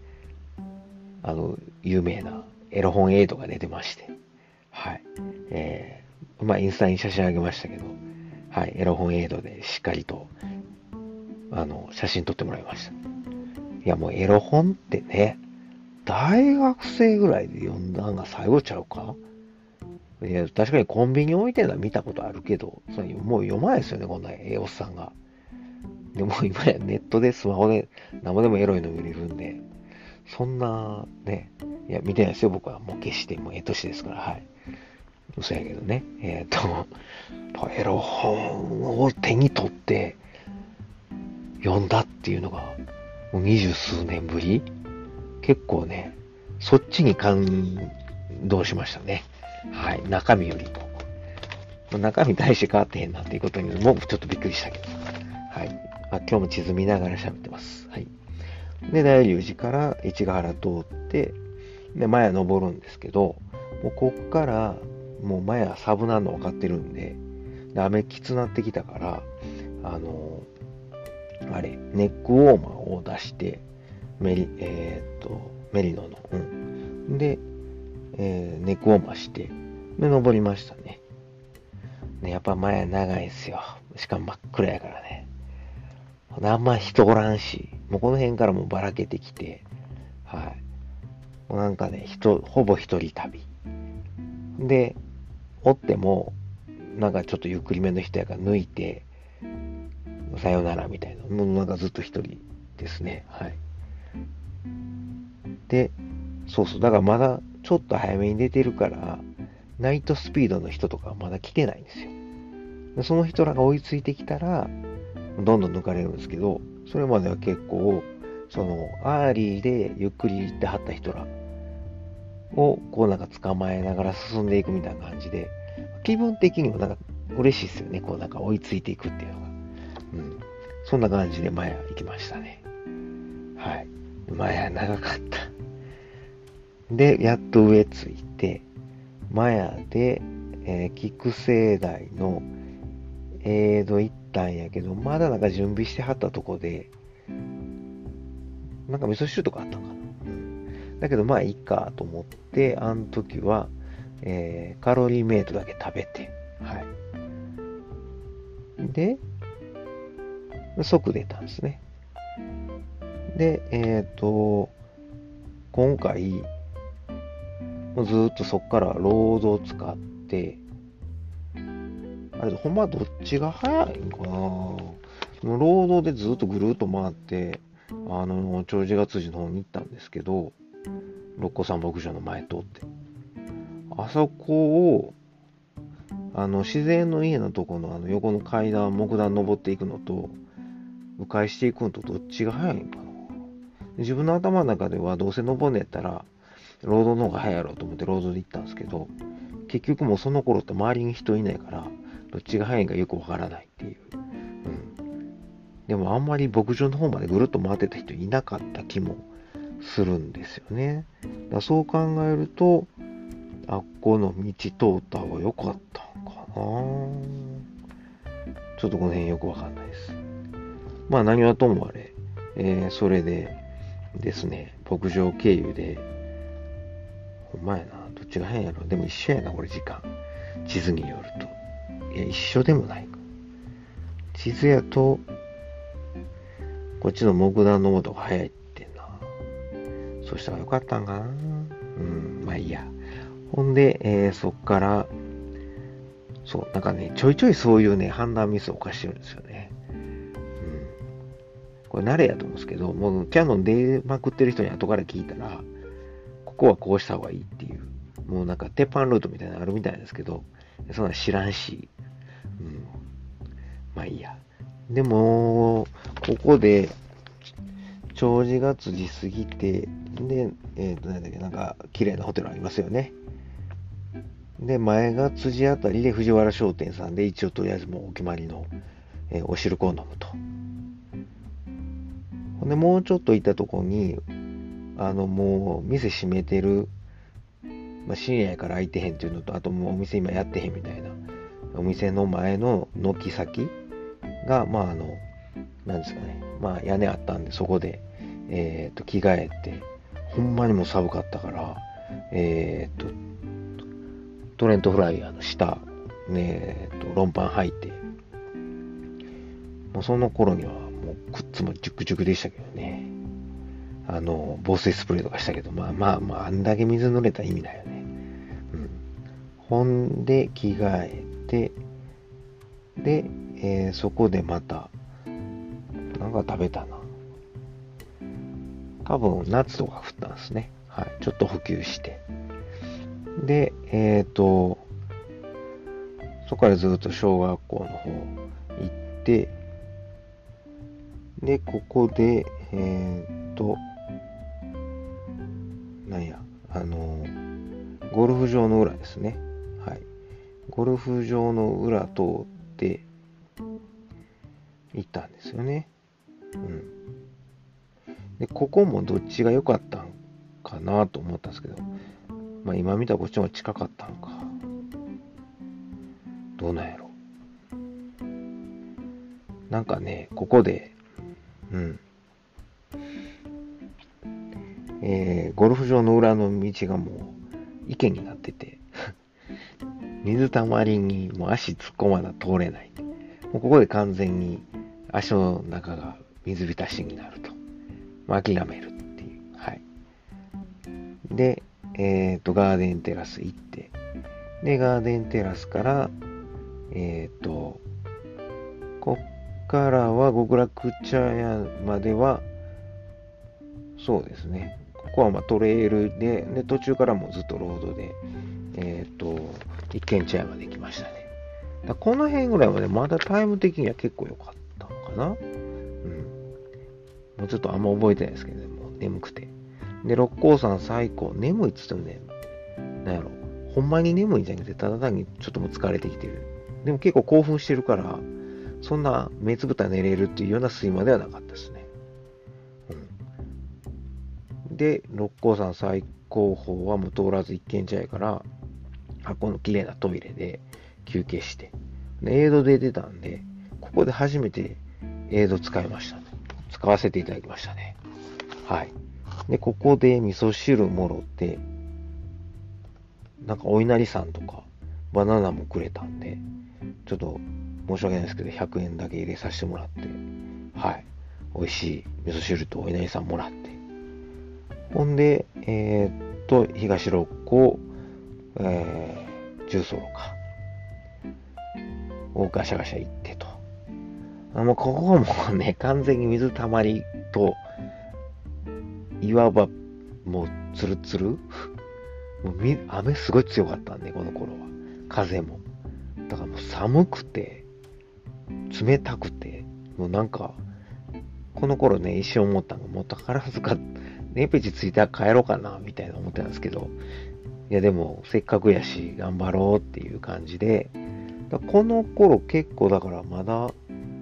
有名なエロ本エイドが出てまして、はい。インスタに写真あげましたけど、はい、エロ本エイドでしっかりと、写真撮ってもらいました。いや、もうエロ本ってね、大学生ぐらいで読んだんが最後ちゃうか。いや、確かにコンビニ置いてるのは見たことあるけど、それもう読まないですよね、こんなおっさんが。でも今やネットでスマホで生でもエロいの見れるんで、そんなね、いや、見てないですよ、僕は。もう決して、もう年ですから、はい。嘘やけどね。エロ本を手に取って読んだっていうのが、もう20数年ぶり。結構ね、そっちに感動しましたね。はい。中身よりも。中身大して変わってへんなっていうことにもちょっとびっくりしたけど。はい。今日も地図見ながら喋ってます。はい。で、大龍寺から市ヶ原通って、で、マヤ登るんですけど、もうこっから、もうマヤサブなの分かってるんで、雨きつなってきたから、ネックウォーマーを出して、メリノの、で、ネックウォーマーして、で、登りましたね。ね、やっぱマヤ長いですよ。しかも真っ暗やからね。あんま人おらんし、もうこの辺からもうばらけてきて、はい。もうなんかね、ほぼ一人旅。で、おっても、なんかちょっとゆっくりめの人やから抜いて、さよならみたいな。もうなんかずっと一人ですね。はい。で、そうそう。だからまだちょっと早めに出てるから、ナイトスピードの人とかはまだ来てないんですよ。でその人らが追いついてきたら、どんどん抜かれるんですけど、それまでは結構、アーリーでゆっくり行ってはった人らを、こうなんか捕まえながら進んでいくみたいな感じで、気分的にもなんか嬉しいですよね。こうなんか追いついていくっていうのが。そんな感じでマヤ行きましたね。はい。マヤ長かった。で、やっと上着いて、マヤで、菊生台の行ったんやけど、まだなんか準備してはったとこで、なんか味噌汁とかあったんかな。だけどまあいいかと思って、あの時は、カロリーメイトだけ食べて、はい。で、即出たんですね。で、今回、もうずっとそっからロードを使って、 あれ、ほんまどっちが早いんかな。労働でずっとぐるっと回って、長寿ヶ辻の方に行ったんですけど、六甲山牧場の前通って。あそこを、自然の家のとこの横の階段、木段登っていくのと、迂回していくのとどっちが早いんかな。自分の頭の中ではどうせ登んねやったら、ロードの方が早いやろうと思ってロードで行ったんですけど、結局もうその頃って周りに人いないから、どっちが早いんかよくわからないっていう。でもあんまり牧場の方までぐるっと回ってた人いなかった気もするんですよね。だからそう考えると、あっこの道通った方が良かったんかな。ちょっとこの辺よくわかんないです。まあ何はともあれ、それでですね、牧場経由で、ほんまやな、どっちが変やろ。でも一緒やな、これ時間。地図によると。いや、一緒でもないか。地図やと、こっちの木段の方が早いってんな。そしたらよかったんかな。まあいいや。ほんで、そっから、そう、なんかね、ちょいちょいそういうね、判断ミスを犯してるんですよね。これ慣れやと思うんですけど、もうキャノン出まくってる人に後から聞いたら、ここはこうした方がいいっていう、もうなんか鉄板ルートみたいなのあるみたいですけど、そんな知らんし、まあいいや。でも、ここで、長寿ヶ辻過ぎて、で、なんだっけ、なんか、綺麗なホテルありますよね。で、前が辻あたりで藤原商店さんで、一応とりあえずもうお決まりの、お汁粉を飲むと。ほんで、もうちょっと行ったとこに、もう、店閉めてる、深夜やから開いてへんっていうのと、あともうお店今やってへんみたいな、お店の前の軒先が、なんですかね、屋根あったんで、そこで、着替えて、ほんまにもう寒かったから、トレントフライヤーの下、ロンパン履いて、もうその頃にはもう靴もジュクジュクでしたけどね。防水スプレーとかしたけど、あんだけ水濡れたら意味ないよね。ほんで、着替えて、で、そこでまた、なんか食べたな。多分、夏とか降ったんですね。はい。ちょっと補給して。で、そこからずっと小学校の方行って、で、ここで、なんや、ゴルフ場の裏ですね。はい。ゴルフ場の裏通って行ったんですよね。で、ここもどっちが良かったんかなと思ったんですけど、今見たらこっちの方が近かったんか。どうなんやろ。なんかね、ここで、ゴルフ場の裏の道がもう池になってて水たまりにもう足突っ込まな通れない。もうここで完全に足の中が水浸しになると。諦めるっていう。はい。で、ガーデンテラス行って、で、ガーデンテラスから、こっからは極楽茶屋までは、そうですね。ここはトレイルで、途中からもずっとロードで、一軒茶屋まで行きましたね。この辺ぐらいまでまだタイム的には結構良かったのかな。もうちょっとあんま覚えてないですけど、もう眠くて。で、六甲山最高。眠いっつってもね、なんやろ。ほんまに眠いんじゃなくて、ただ単にちょっともう疲れてきてる。でも結構興奮してるから、そんな目つぶったら寝れるっていうような睡魔ではなかったですね。で、六甲山最高峰はもう通らず一軒茶屋から、この綺麗なトイレで休憩して、でエイドで出たんで、ここで初めてエイド使いましたね。使わせていただきましたね。はい。で、ここで味噌汁もろって、なんかお稲荷さんとかバナナもくれたんで、ちょっと申し訳ないですけど、100円だけ入れさせてもらって、はい。美味しい味噌汁とお稲荷さんもらって、ほんで、東六甲、重曹路か。 ガシャガシャ行ってと。もうここもね、完全に水たまりと、岩場もうツルツルもう雨すごい強かったんで、この頃は。風も。だからもう寒くて、冷たくて、もうなんか、この頃ね、一瞬思ったのが、もう宝塚、ネペチついたら帰ろうかな、みたいな思ってたんですけど、いやでも、せっかくやし、頑張ろうっていう感じで、この頃結構だからまだ、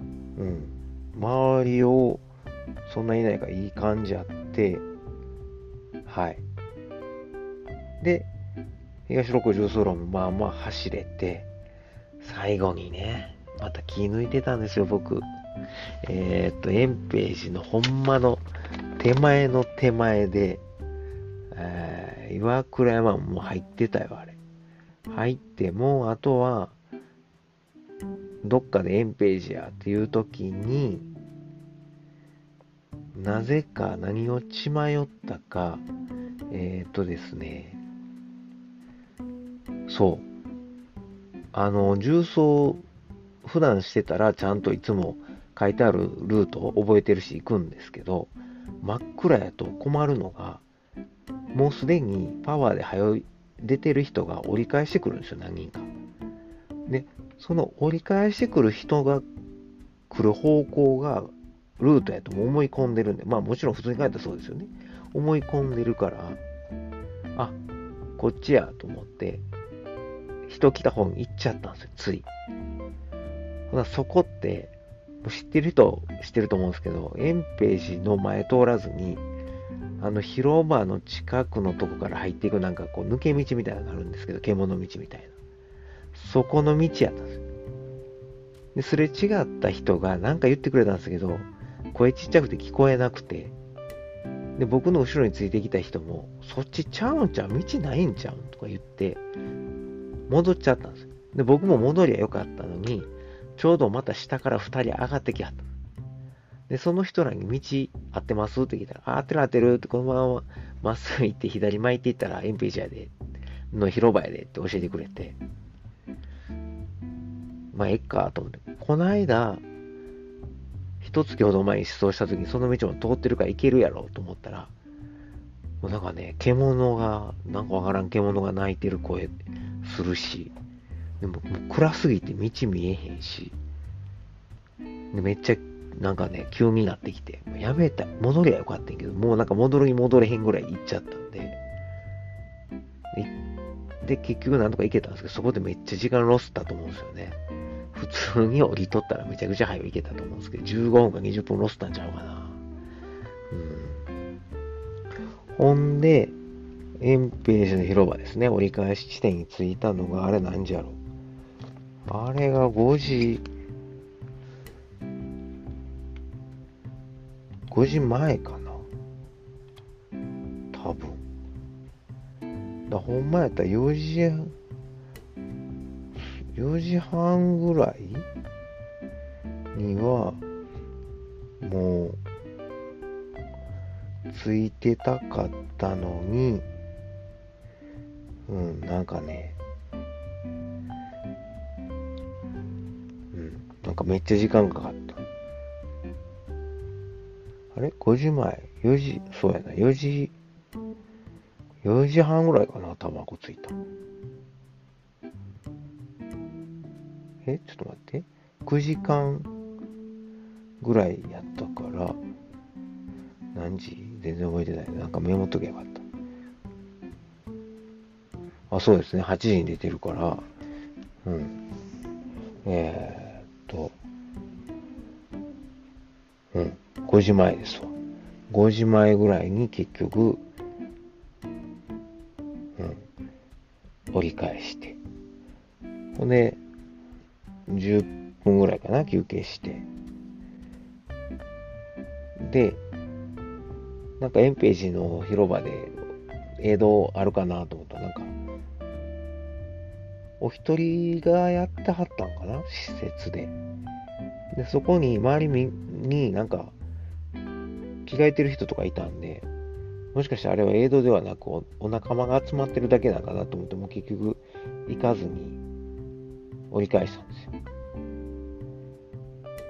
周りをそんないないからいい感じあって、はい。で、東六十走路もまあまあ走れて、最後にね、また気抜いてたんですよ、僕。エンページのほんまの手前の手前で、岩倉山も入ってたよ、あれ。入って、もうあとは、どっかでエンページやっていう時に、なぜか何を血迷ったか、ですね、そう、重曹普段してたらちゃんといつも書いてあるルートを覚えてるし行くんですけど、真っ暗やと困るのが、もうすでにパワーで早い出てる人が折り返してくるんですよ、何人か。で、その折り返してくる人が来る方向がルートやとも思い込んでるんで、まあもちろん普通に書いたらそうですよね。思い込んでるから、あ、こっちやと思って、人来た方に行っちゃったんですよ、つい。ほなそこって、知ってる人知ってると思うんですけど、エンページの前通らずに、広場の近くのとこから入っていくなんかこう抜け道みたいなのがあるんですけど、獣道みたいな。そこの道やったんですよ。で、すれ違った人がなんか言ってくれたんですけど、声ちっちゃくて聞こえなくて、で、僕の後ろについてきた人も、そっちちゃうんちゃう、道ないんちゃうんとか言って、戻っちゃったんですよ。で、僕も戻りゃよかったのに、ちょうどまた下から2人上がってきはった。で、その人らに道合ってますって聞いたら、合ってる合ってるって、このまままっすぐ行って左巻いていったら、エンページやで、の広場やでって教えてくれて、まあ、えっかと思って。この間、一月ほど前に失踪した時にその道も通ってるから行けるやろうと思ったら、もうなんかね、なんかわからん獣が鳴いてる声するし、でも暗すぎて道見えへんし、でめっちゃなんかね、急になってきて、やめた、戻りゃよかったんやけど、もうなんか戻るに戻れへんぐらい行っちゃったんで、で、結局なんとか行けたんですけど、そこでめっちゃ時間ロスったと思うんですよね。普通に降りとったらめちゃくちゃ早く行けたと思うんですけど、15分か20分ロスったんちゃうかな。ほんで、エンページの広場ですね、折り返し地点に着いたのが、あれ何時やろ。あれが5時前かな。多分。ほんまやったら4時半ぐらいには、もう、ついてたかったのに、なんかね、なんかめっちゃ時間かかった。あれ ?5 時前 ?4 時、そうやな、4時半ぐらいかな、タバコついた。ちょっと待って。9時間ぐらいやったから、何時全然覚えてない。なんかメモっとけばよかった。あ、そうですね。8時に出てるから、5時前ですわ。5時前ぐらいに結局、折り返して。ほんで、10分ぐらいかな、休憩して。で、なんかエンページの広場で映像あるかなと思ったら、なんか、お一人がやってはったんかな、施設で。で、そこに周りになんか、着替えてる人とかいたんで、もしかしてあれは映像ではなくお仲間が集まってるだけなのかなと思っても結局行かずに折り返したんですよ。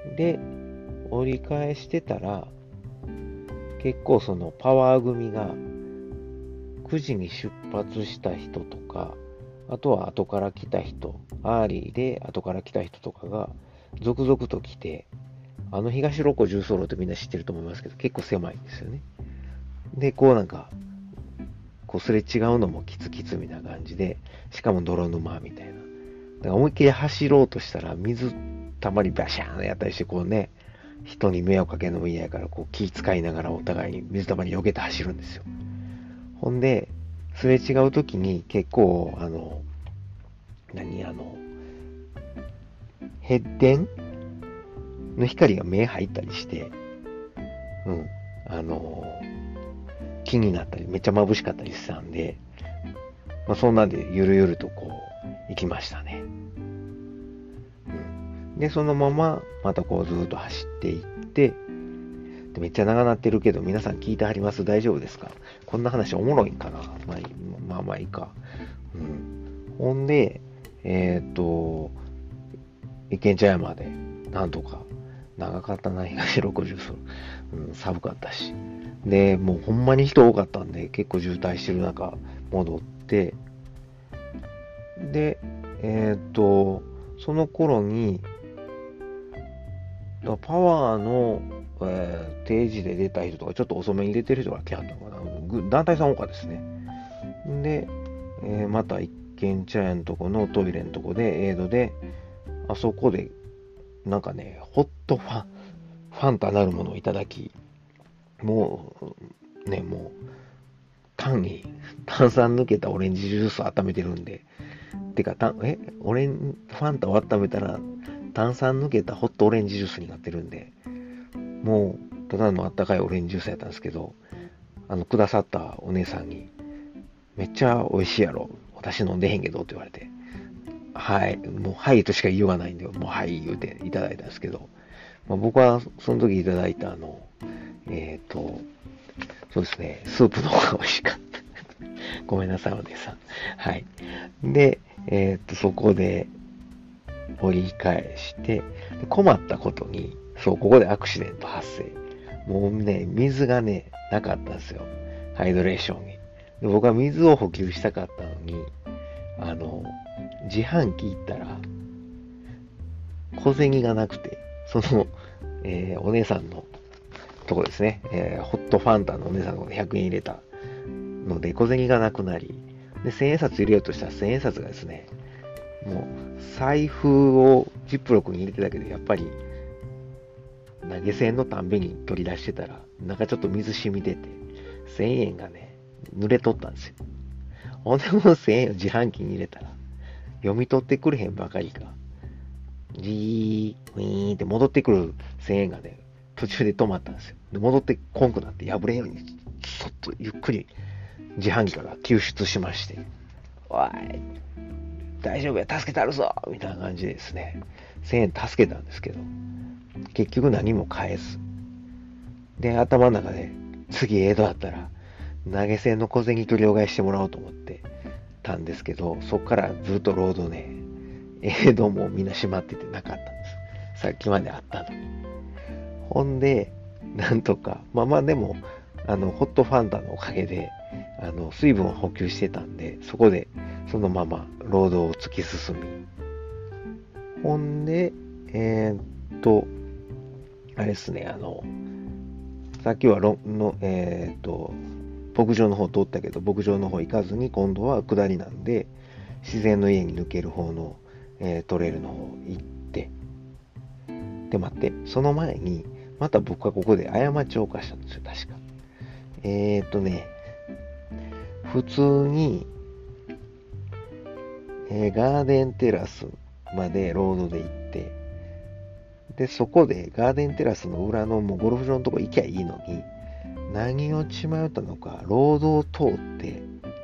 で、折り返してたら、結構そのパワー組が9時に出発した人とか、あとは後から来た人、アーリーで後から来た人とかが続々と来て、東六甲重走路ってみんな知ってると思いますけど、結構狭いんですよね。で、こうなんか、こうすれ違うのもキツキツみたいな感じで、しかも泥沼みたいな。だから思いっきり走ろうとしたら、水たまりバシャーンやったりして、こうね、人に迷惑かけるのも嫌やから、こう気使いながらお互いに水たまり避けて走るんですよ。ほんで、すれ違う時に結構、ヘッデンの光が目入ったりして、うん、気になったり、めっちゃ眩しかったりしたんで、まあ、そんなんでゆるゆるとこう、行きましたね。うん、で、そのまま、またこうずーっと走っていって、でめっちゃ長なってるけど、皆さん聞いてはります？大丈夫ですか？こんな話おもろいんかな？まあまあいいか。うん。ほんで、一軒茶屋まで、なんとか、長かったな、東60層。うん、寒かったし。で、もうほんまに人多かったんで、結構渋滞してる中、戻って、で、その頃に、パワーの、定時で出た人とか、ちょっと遅めに出てる人が来はったのかな。団体さん多かですね。で、また一軒茶屋のとこのトイレのとこで、エイドで、あそこで、なんかね、ホットファンタなるものをいただき、もう、単に炭酸抜けたオレンジジュースを温めてるんで、てか、ファンタを温めたら、炭酸抜けたホットオレンジジュースになってるんで、もう、ただのあったかいオレンジジュースやったんですけど、くださったお姉さんに、めっちゃ美味しいやろ。私飲んでへんけどって言われて、はい、もうはいとしか言いようがないんで、もうはい言うていただいたんですけど、まあ、僕はその時いただいたそうですね、スープの方が美味しかった。ごめんなさい、お姉さん。はい。で、そこで折り返して、困ったことに、そう、ここでアクシデント発生。もうね、水がね、なかったんですよ。ハイドレーションに。で僕は水を補給したかったのに、自販機行ったら、小銭がなくて、その、お姉さんのとこですね、ホットファンタのお姉さんのとこで100円入れたので、小銭がなくなり、で、1000円札入れようとしたら1000円札がですね、もう、財布をジップロックに入れてただけで、やっぱり、投げ銭のたんびに取り出してたら、なんかちょっと水染み出て、1000円がね、濡れとったんですよ。ほんでもう1000円を自販機に入れたら、読み取ってくれへんばかりか、ジー、ウィーンって戻ってくる1000円がね、途中で止まったんですよ。で、戻ってこんくなって破れんように、そっとゆっくり自販機から救出しまして、おい、大丈夫や、助けたるぞみたいな感じでですね、1000円助けたんですけど、結局何も返す。で、頭の中で、次江戸だったら、投げ銭の小銭と両替してもらおうと思ってたんですけど、そっからずっとロードね、江戸もみんな閉まっててなかったんです。さっきまであったのに。ほんで、なんとか、まあまあでも、ホットファンタのおかげで、水分を補給してたんで、そこで、そのまま、ロードを突き進み。ほんで、あれですね、さっきは牧場の方通ったけど、牧場の方行かずに、今度は下りなんで、自然の家に抜ける方の、トレイルの方行って、で、待って、その前に、また僕はここで過ちを犯したんですよ、確か。普通に、ガーデンテラスまでロードで行って、で、そこでガーデンテラスの裏のもうゴルフ場のとこ行きゃいいのに、何を血迷ったのか、ロードを通って、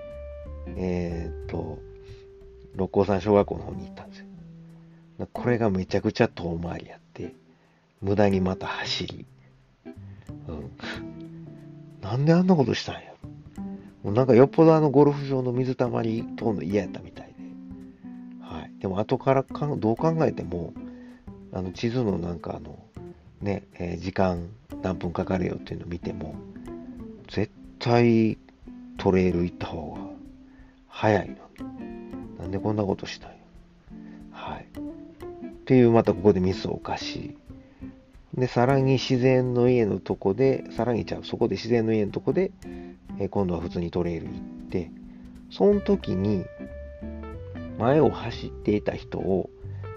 六甲山小学校の方に行ったんですよ。これがめちゃくちゃ遠回りやって、無駄にまた走り、うん。なんであんなことしたんや。もうなんかよっぽどゴルフ場の水たまり通るの嫌やったみたいで。はい。でも後からどう考えても、地図のなんかね、時間何分かかるよっていうのを見ても、絶対トレイル行った方が早いのに。なんでこんなことしたんや。はい。っていう、またここでミスを犯し、で、さらに自然の家のとこで、そこで自然の家のとこで、今度は普通にトレイル行って、その時に、前を走っていた人を、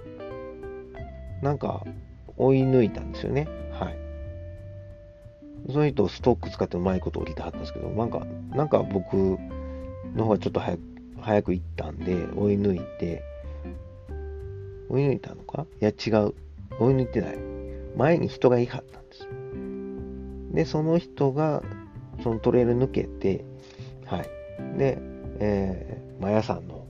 なんか、追い抜いたんですよね。はい。その人、ストック使ってうまいこと降りてはったんですけど、なんか僕の方がちょっと早く行ったんで、追い抜いたのかいや、違う。追い抜いてない。前に人がいはったんです。で、その人が、そのトレイル抜けて、はい。で、マヤさんの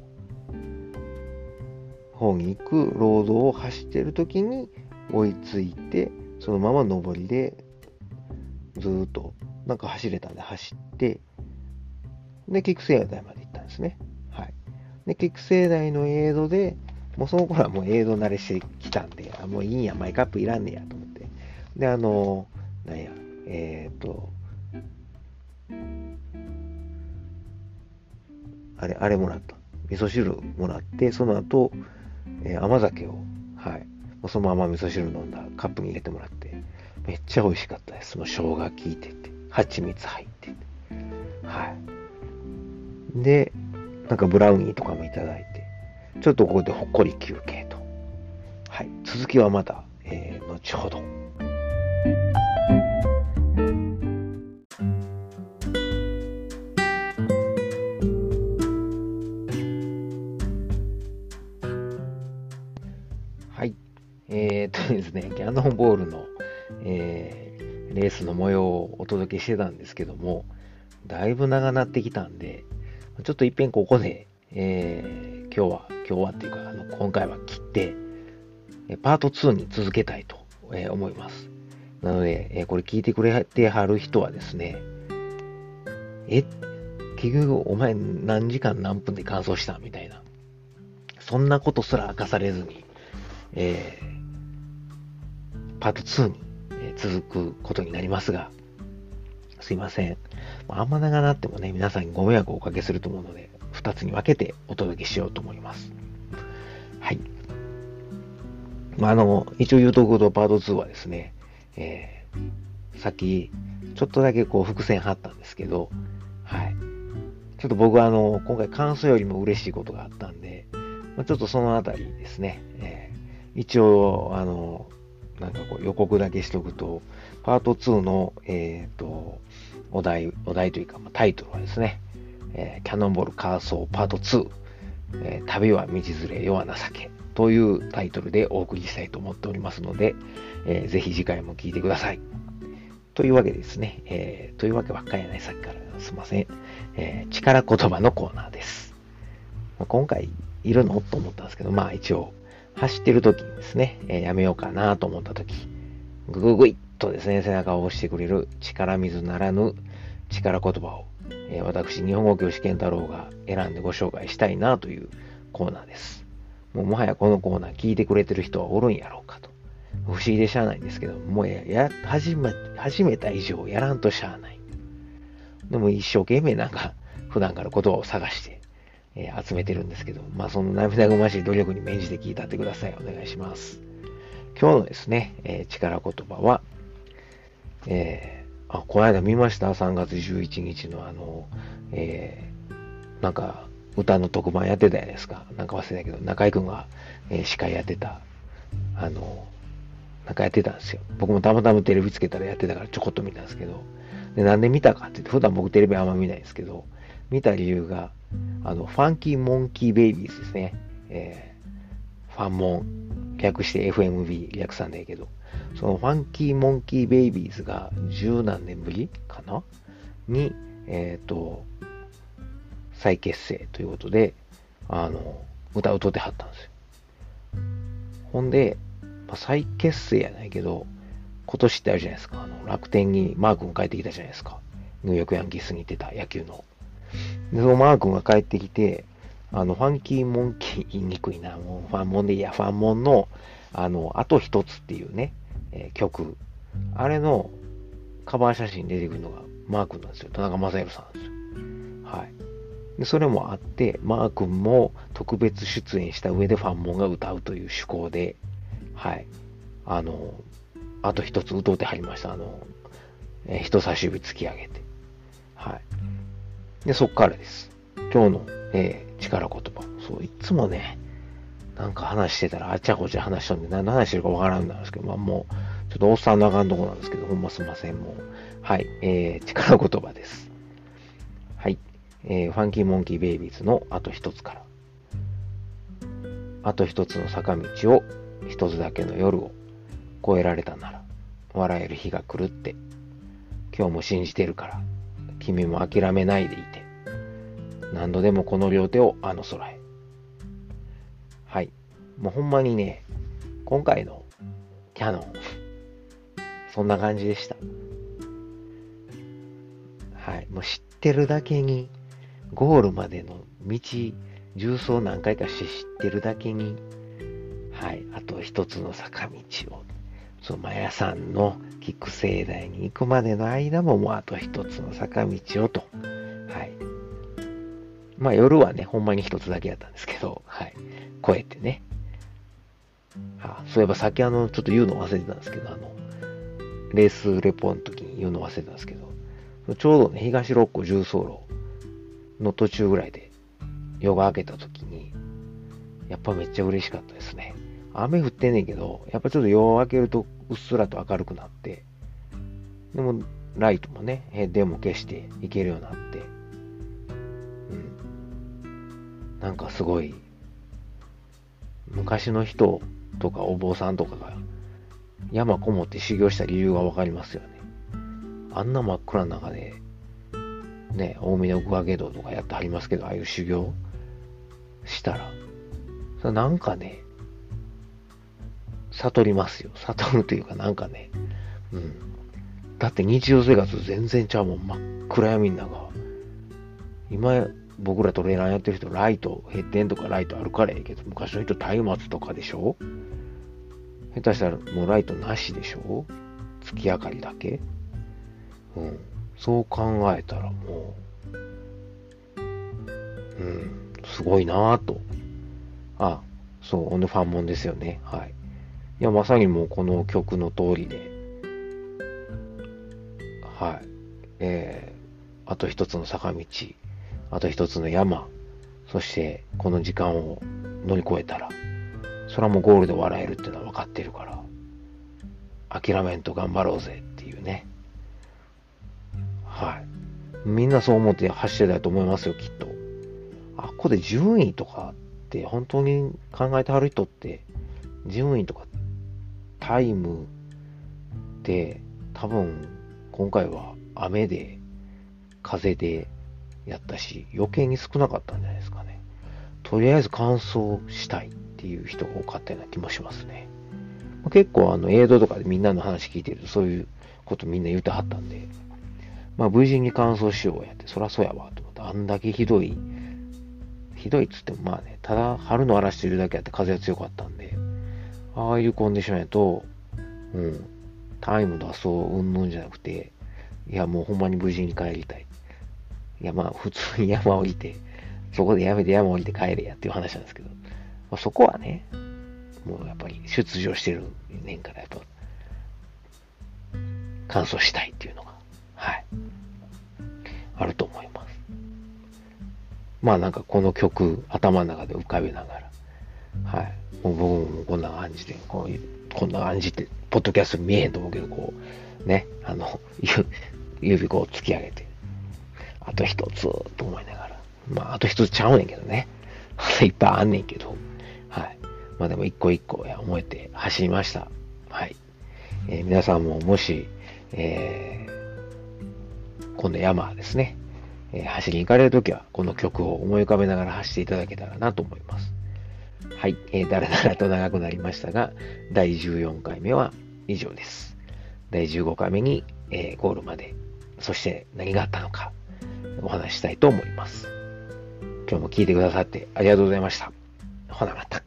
方に行くロードを走ってる時に追いついて、そのまま上りでずーっとなんか走れたんで走って、で、菊生台まで行ったんですね。はい。で、菊生台のエイドで、もうその頃はもうエイド慣れしてきたんで、もういいんや、マイカップいらんねやと思って。で、なんや、あれもらった。味噌汁もらって、その後、甘酒を、はい。もうそのまま味噌汁飲んだカップに入れてもらって、めっちゃ美味しかったです。もう生姜効いてて、蜂蜜入ってて。はい。で、なんかブラウニーとかもいただいて、ちょっとここでほっこり休憩と。はい。続きはまた、後ほど。はい。ですね、キャノンボールの、レースの模様をお届けしてたんですけども、だいぶ長なってきたんで、ちょっといっぺんここで、今日はっていうか、今回は切って、パート2に続けたいと、思います。なので、これ聞いてくれてはる人はですね、結局お前何時間何分で完走したみたいな、そんなことすら明かされずに、パート2に続くことになりますが、すいません。あんま長なってもね、皆さんにご迷惑をおかけすると思うので、2つに分けてお届けしようと思います。はい。一応言うとくとパート2はですね、さっき、ちょっとだけこう伏線張ったんですけど、はい。ちょっと僕は今回感想よりも嬉しいことがあったんで、ちょっとそのあたりですね、一応、なんかこう予告だけしとくと、パート2の、お題というか、タイトルはですね、キャノンボールカーソーパート2、旅は道連れ世は情けというタイトルでお送りしたいと思っておりますので、ぜひ次回も聞いてください。というわけでですね、というわけばっかりやない、さっきからすいません。力言葉のコーナーです。今回いるのと思ったんですけど、一応走ってる時にですね、やめようかなと思った時、ぐぐぐいっとですね、背中を押してくれる力水ならぬ力言葉を、私、日本語教師健太郎が選んでご紹介したいなというコーナーです。もはやこのコーナー聞いてくれてる人はおるんやろうかと。不思議でしゃあないんですけど、もう始めた以上やらんとしゃあない。でも一生懸命なんか普段から言葉を探して、集めてるんですけど、その涙ぐましい努力に免じて聞いたってください。お願いします。今日のですね、力言葉は、この間見ました ?3 月11日のなんか歌の特番やってたじゃないですか。なんか忘れたけど、中居くんが、司会やってた、なんかやってたんですよ。僕もたまたまテレビつけたらやってたからちょこっと見たんですけど、でなんで見たかって言って、普段僕テレビあんま見ないんですけど、見た理由が、ファンキーモンキーベイビーズですね。ファンモン、略して FMB 略さんだけど、そのファンキーモンキーベイビーズが十何年ぶりかなに、再結成ということで、歌を歌ってはったんですよ。ほんで、再結成やないけど、今年ってあるじゃないですか。楽天にマー君帰ってきたじゃないですか。ニューヨークヤンキースに行ってた野球の。で、そのマー君が帰ってきて、ファンキーモンキー言いにくいな。もうファンモンでいいや、ファンモンの、あと一つっていうね、 曲、あれのカバー写真出てくるのがマー君なんですよ。田中将大さんなんですよ。はい。で、それもあって、マー君も特別出演した上でファンモンが歌うという趣向で、はい。あと一つ歌うてはりました。人差し指突き上げて。はい。で、そっからです。今日の、力言葉。そう、いつもね、なんか話してたらあちゃこちゃ話しとんで、何の話してるかわからんなんですけど、まあもう、ちょっとおっさんのあかんとこなんですけど、ほんますいません、もう。はい。力言葉です。はい。ファンキーモンキーベイビーズのあと一つから。あと一つの坂道を、一つだけの夜を越えられたなら、笑える日が来るって。今日も信じてるから、君も諦めないでいて。何度でもこの両手をあの空へ。はい。もうほんまにね、今回のキャノン、そんな感じでした。はい。もう知ってるだけに、ゴールまでの道、重走何回かして知ってるだけに、はい。あと一つの坂道を、マヤさんの菊盛大に行くまでの間ももうあと一つの坂道をと。はい。まあ夜はね、ほんまに一つだけやったんですけど、はい。越えてね。そういえばさっきちょっと言うの忘れてたんですけど、レースレポの時に言うの忘れてたんですけど、ちょうどね、東六甲重走路の途中ぐらいで夜が明けた時に、やっぱめっちゃ嬉しかったですね。雨降ってんねんけど、やっぱちょっと夜を明けるとうっすらと明るくなって、でもライトもね、ヘッドも消していけるようになって、なんかすごい、昔の人とかお坊さんとかが山こもって修行した理由がわかりますよね。あんな真っ暗な中で、ね、大峰奥掛道とかやってはりますけど、ああいう修行したら、それなんかね、悟りますよ。悟るというかなんかね、だって日常生活全然ちゃうもん。真っ暗闇の中。今、僕らトレーナーやってる人、ライト、ヘッデンとかライトあるからええけど、昔の人、松明とかでしょ。下手したらもうライトなしでしょ。月明かりだけ。そう考えたらもう、すごいなぁと。そう、ファンモンですよね。はい。いや、まさにもうこの曲の通りで、はい。あと一つの坂道、あと一つの山、そしてこの時間を乗り越えたら、それはもうゴールで笑えるっていうのは分かってるから、諦めんと頑張ろうぜっていうね。はい。みんなそう思って走ってたと思いますよ、きっと。ここで順位とかって本当に考えてはる人って、順位とかタイムって多分今回は雨で風でやったし余計に少なかったんじゃないですかね。とりあえず完走したいっていう人が多かったような気もしますね。結構映像とかでみんなの話聞いてるとそういうことみんな言ってはったんで、無事に完走しようやって、そらそうやわと思って、あんだけひどいっつってもただ春の嵐してるだけやって風が強かったんで、ああいうコンディションやと、タイム出そううんぬんじゃなくて、いやもうほんまに無事に帰りたい。いや普通に山降りて、そこでやめて山降りて帰れやっていう話なんですけど、そこはね、もうやっぱり出場してるねんからやっぱ、完走したいっていうのが、はい、あると思います。なんかこの曲、頭の中で浮かべながら、はい、もう僕もこんな感じで、こんな感じって、ポッドキャストに見えへんと思うけど、こう、ね、指こう突き上げて、あと一つと思いながら、あと一つちゃうねんけどね。いっぱいあんねんけど、はい。でも一個一個思えて走りました。はい。皆さんももし、今度山ですね、走りに行かれるときは、この曲を思い浮かべながら走っていただけたらなと思います。はい。だらだらと長くなりましたが、第14回目は以上です。第15回目に、ゴールまで、そして何があったのか、お話ししたいと思います。今日も聞いてくださってありがとうございました。ほなまた。